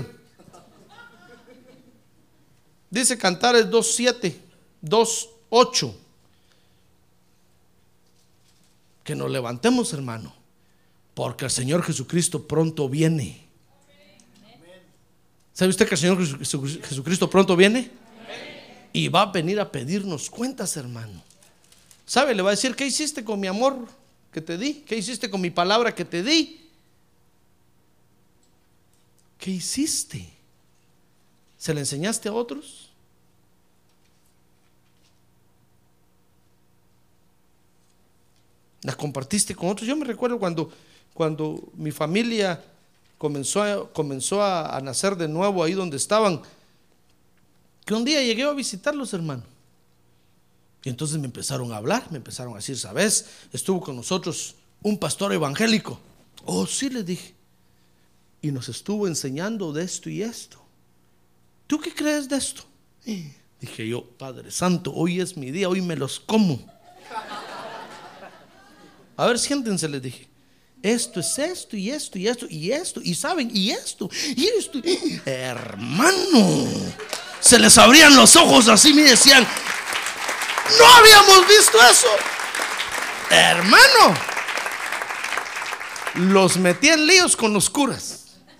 Dice Cantares dos siete, dos ocho. Que nos levantemos, hermano, porque el Señor Jesucristo pronto viene. ¿Sabe usted que el Señor Jesucristo pronto viene? Y va a venir a pedirnos cuentas, hermano. ¿Sabe? Le va a decir, ¿qué hiciste con mi amor que te di? ¿Qué hiciste con mi palabra que te di? ¿Qué hiciste? ¿Se la enseñaste a otros? ¿La compartiste con otros? Yo me recuerdo cuando, cuando mi familia comenzó, a, comenzó a, a nacer de nuevo ahí donde estaban, que un día llegué a visitarlos, hermano. Y entonces me empezaron a hablar, me empezaron a decir, ¿sabes? Estuvo con nosotros un pastor evangélico. Oh, sí, les dije. Y nos estuvo enseñando de esto y esto. ¿Tú qué crees de esto? Y dije yo, Padre Santo, hoy es mi día, hoy me los como. A ver, siéntense, les dije. Esto es esto y esto y esto y esto. Y saben, y esto y esto. Hermano, se les abrían los ojos así, me decían, no habíamos visto eso. Hermano, los metí en líos con los curas.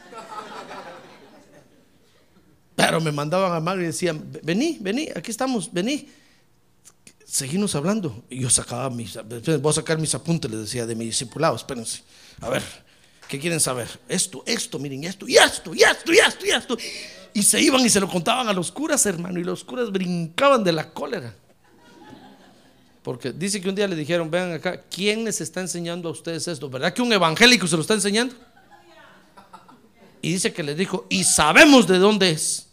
Pero me mandaban a mano y decían, vení, vení, aquí estamos, vení. Seguimos hablando. Y yo sacaba mis, voy a sacar mis apuntes, les decía, de mi discipulado. Espérense, a ver, ¿qué quieren saber? Esto, esto, miren, esto, y esto, y esto, y esto, y esto. Y se iban y se lo contaban a los curas, hermano. Y los curas brincaban de la cólera. Porque dice que un día le dijeron, vean acá, ¿quién les está enseñando a ustedes esto? ¿Verdad que un evangélico se lo está enseñando? Y dice que les dijo, y sabemos de dónde es.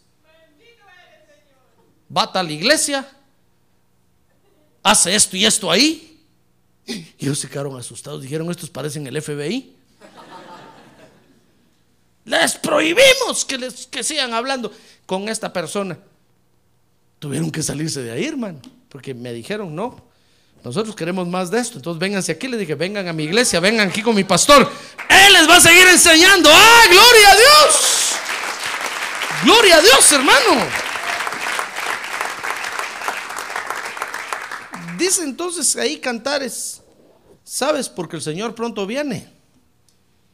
Va a la iglesia, hace esto y esto ahí. Y ellos se quedaron asustados. Dijeron, estos parecen el F B I. Les prohibimos que, les, que sigan hablando con esta persona. Tuvieron que salirse de ahí, hermano, porque me dijeron, no, nosotros queremos más de esto. Entonces vénganse aquí. Les dije, vengan a mi iglesia, vengan aquí con mi pastor. Él les va a seguir enseñando. ¡Ah, gloria a Dios! ¡Gloria a Dios, hermano! Dice entonces ahí Cantares, ¿sabes? Porque el Señor pronto viene.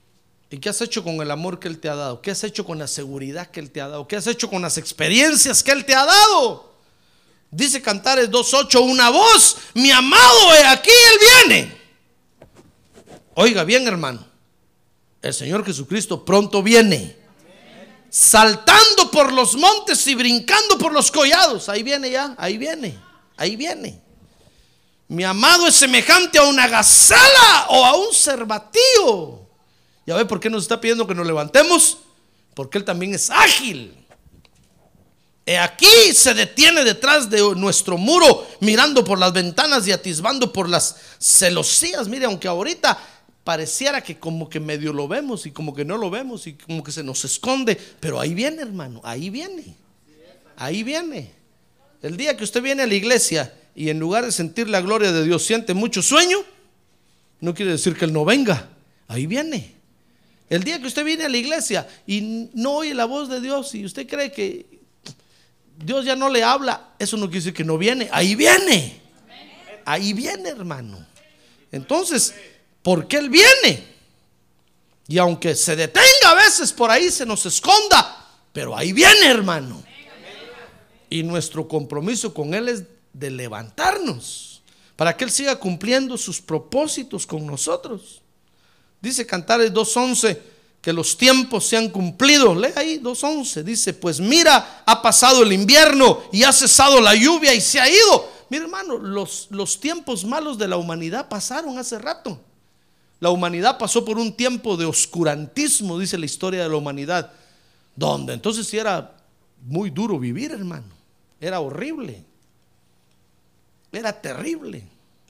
¿Y qué has hecho con el amor que Él te ha dado? ¿Qué has hecho con la seguridad que Él te ha dado? ¿Qué has hecho con las experiencias que Él te ha dado? Dice Cantares dos ocho, una voz, mi amado, he aquí, Él viene. Oiga bien, hermano, el Señor Jesucristo pronto viene, saltando por los montes y brincando por los collados. Ahí viene ya, ahí viene, ahí viene. Mi amado es semejante a una gacela o a un cervatillo. ¿Ya ve por qué nos está pidiendo que nos levantemos? Porque Él también es ágil. He aquí se detiene detrás de nuestro muro, mirando por las ventanas y atisbando por las celosías. Mire, aunque ahorita pareciera que como que medio lo vemos y como que no lo vemos y como que se nos esconde, pero ahí viene, hermano, ahí viene. Ahí viene. El día que usted viene a la iglesia y en lugar de sentir la gloria de Dios siente mucho sueño, no quiere decir que Él no venga. Ahí viene. El día que usted viene a la iglesia y no oye la voz de Dios y usted cree que Dios ya no le habla, eso no quiere decir que no viene. Ahí viene. Ahí viene, hermano. Entonces, ¿por qué Él viene? Y aunque se detenga a veces por ahí, se nos esconda, pero ahí viene, hermano. Y nuestro compromiso con Él es de levantarnos para que Él siga cumpliendo sus propósitos con nosotros. Dice Cantares dos once que los tiempos se han cumplido. Lee ahí dos once. Dice, pues mira, ha pasado el invierno y ha cesado la lluvia y se ha ido. Mira, hermano, los, los tiempos malos de la humanidad pasaron hace rato. La humanidad pasó por un tiempo de oscurantismo, dice la historia de la humanidad, donde entonces sí era muy duro vivir, hermano. Era horrible. Era terrible.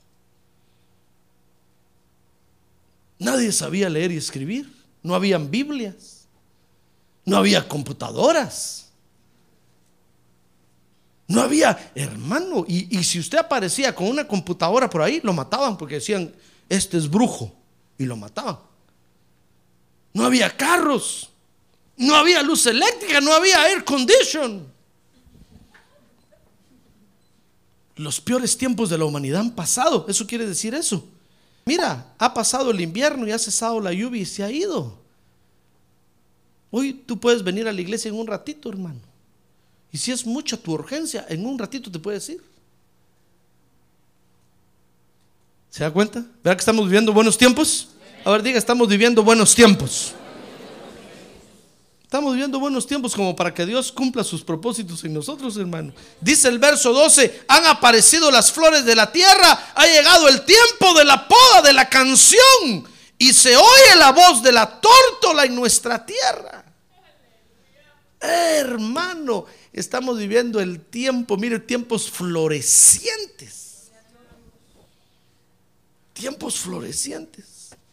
Nadie sabía leer y escribir. No habían Biblias. No había computadoras. No había, hermano. Y, y si usted aparecía con una computadora por ahí, lo mataban porque decían, este es brujo. Y lo mataban. No había carros. No había luz eléctrica. No había air condition. Los peores tiempos de la humanidad han pasado. Eso quiere decir eso. Mira, ha pasado el invierno y ha cesado la lluvia y se ha ido. Hoy tú puedes venir a la iglesia en un ratito, hermano. Y si es mucha tu urgencia, en un ratito te puedes ir. ¿Se da cuenta? ¿Verdad que estamos viviendo buenos tiempos? A ver, diga, estamos viviendo buenos tiempos. Estamos viviendo buenos tiempos como para que Dios cumpla sus propósitos en nosotros, hermano. Dice el verso doce, han aparecido las flores de la tierra, ha llegado el tiempo de la poda, de la canción, y se oye la voz de la tórtola en nuestra tierra. Eh, hermano, estamos viviendo el tiempo, mire, tiempos florecientes. Tiempos florecientes.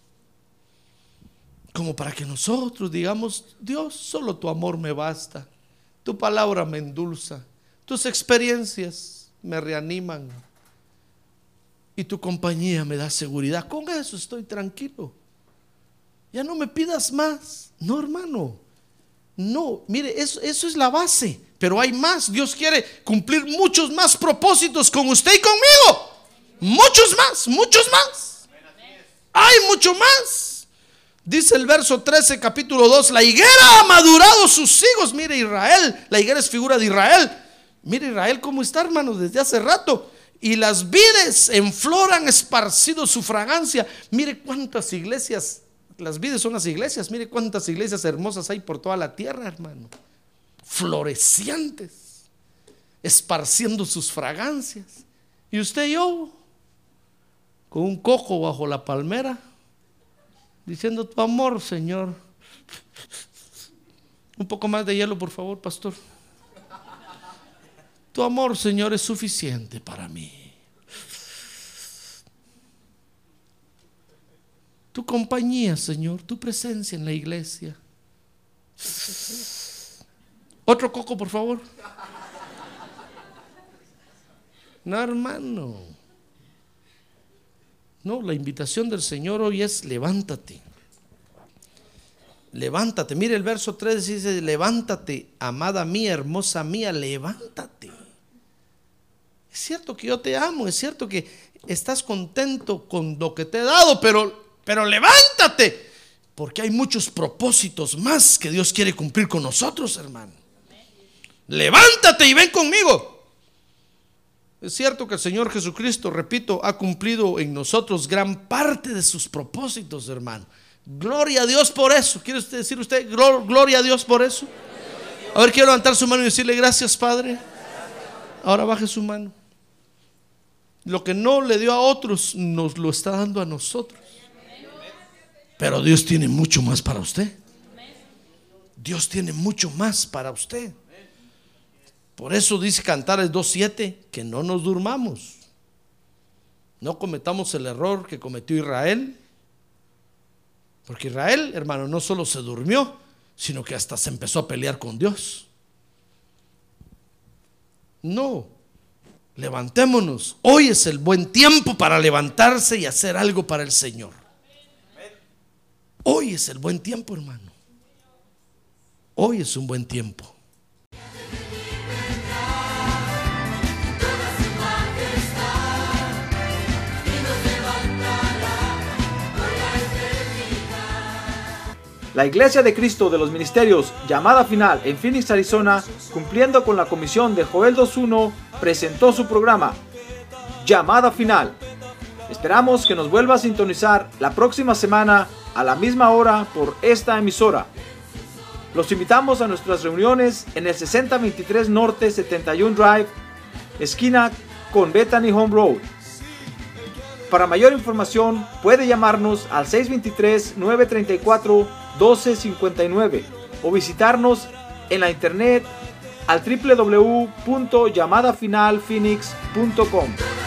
Como para que nosotros digamos, Dios, solo tu amor me basta, tu palabra me endulza, tus experiencias me reaniman y tu compañía me da seguridad. Con eso estoy tranquilo. Ya no me pidas más. No, hermano. No, mire, eso, eso es la base. Pero hay más. Dios quiere cumplir muchos más propósitos con usted y conmigo. Muchos más, muchos más. Hay mucho más. Dice el verso trece, capítulo dos, la higuera ha madurado sus higos. Mire Israel, la higuera es figura de Israel. Mire Israel cómo está, hermano, desde hace rato. Y las vides en flor han esparcido su fragancia. Mire cuántas iglesias, las vides son las iglesias. Mire cuántas iglesias hermosas hay por toda la tierra, hermano. Florecientes, esparciendo sus fragancias. Y usted y yo, con un coco bajo la palmera, diciendo tu amor, Señor. Un poco más de hielo, por favor, pastor. Tu amor, Señor, es suficiente para mí. Tu compañía, Señor, tu presencia en la iglesia. Otro coco, por favor. No, hermano. No, la invitación del Señor hoy es levántate. Levántate. Mire el verso tres dice, levántate, amada mía, hermosa mía, levántate. Es cierto que yo te amo, es cierto que estás contento con lo que te he dado, pero, pero levántate. Porque hay muchos propósitos más que Dios quiere cumplir con nosotros, hermano. Levántate y ven conmigo. Es cierto que el Señor Jesucristo, repito, ha cumplido en nosotros gran parte de sus propósitos, hermano. Gloria a Dios por eso. ¿Quiere usted decir usted gloria a Dios por eso? A ver, quiero levantar su mano y decirle gracias, Padre. Ahora baje su mano. Lo que no le dio a otros nos lo está dando a nosotros. Pero Dios tiene mucho más para usted. Dios tiene mucho más para usted. Por eso dice Cantares dos siete que no nos durmamos, no cometamos el error que cometió Israel. Porque Israel, hermano, no solo se durmió, sino que hasta se empezó a pelear con Dios. No, levantémonos. Hoy es el buen tiempo para levantarse y hacer algo para el Señor. Hoy es el buen tiempo, hermano. Hoy es un buen tiempo. La Iglesia de Cristo de los Ministerios Llamada Final en Phoenix, Arizona, cumpliendo con la comisión de Joel dos uno, presentó su programa Llamada Final. Esperamos que nos vuelva a sintonizar la próxima semana a la misma hora por esta emisora. Los invitamos a nuestras reuniones en el sesenta veintitrés Norte setenta y uno Drive, esquina con Bethany Home Road. Para mayor información puede llamarnos al seis dos tres, nueve tres cuatro, uno dos cinco nueve o visitarnos en la internet al w w w punto llamada final phoenix punto com.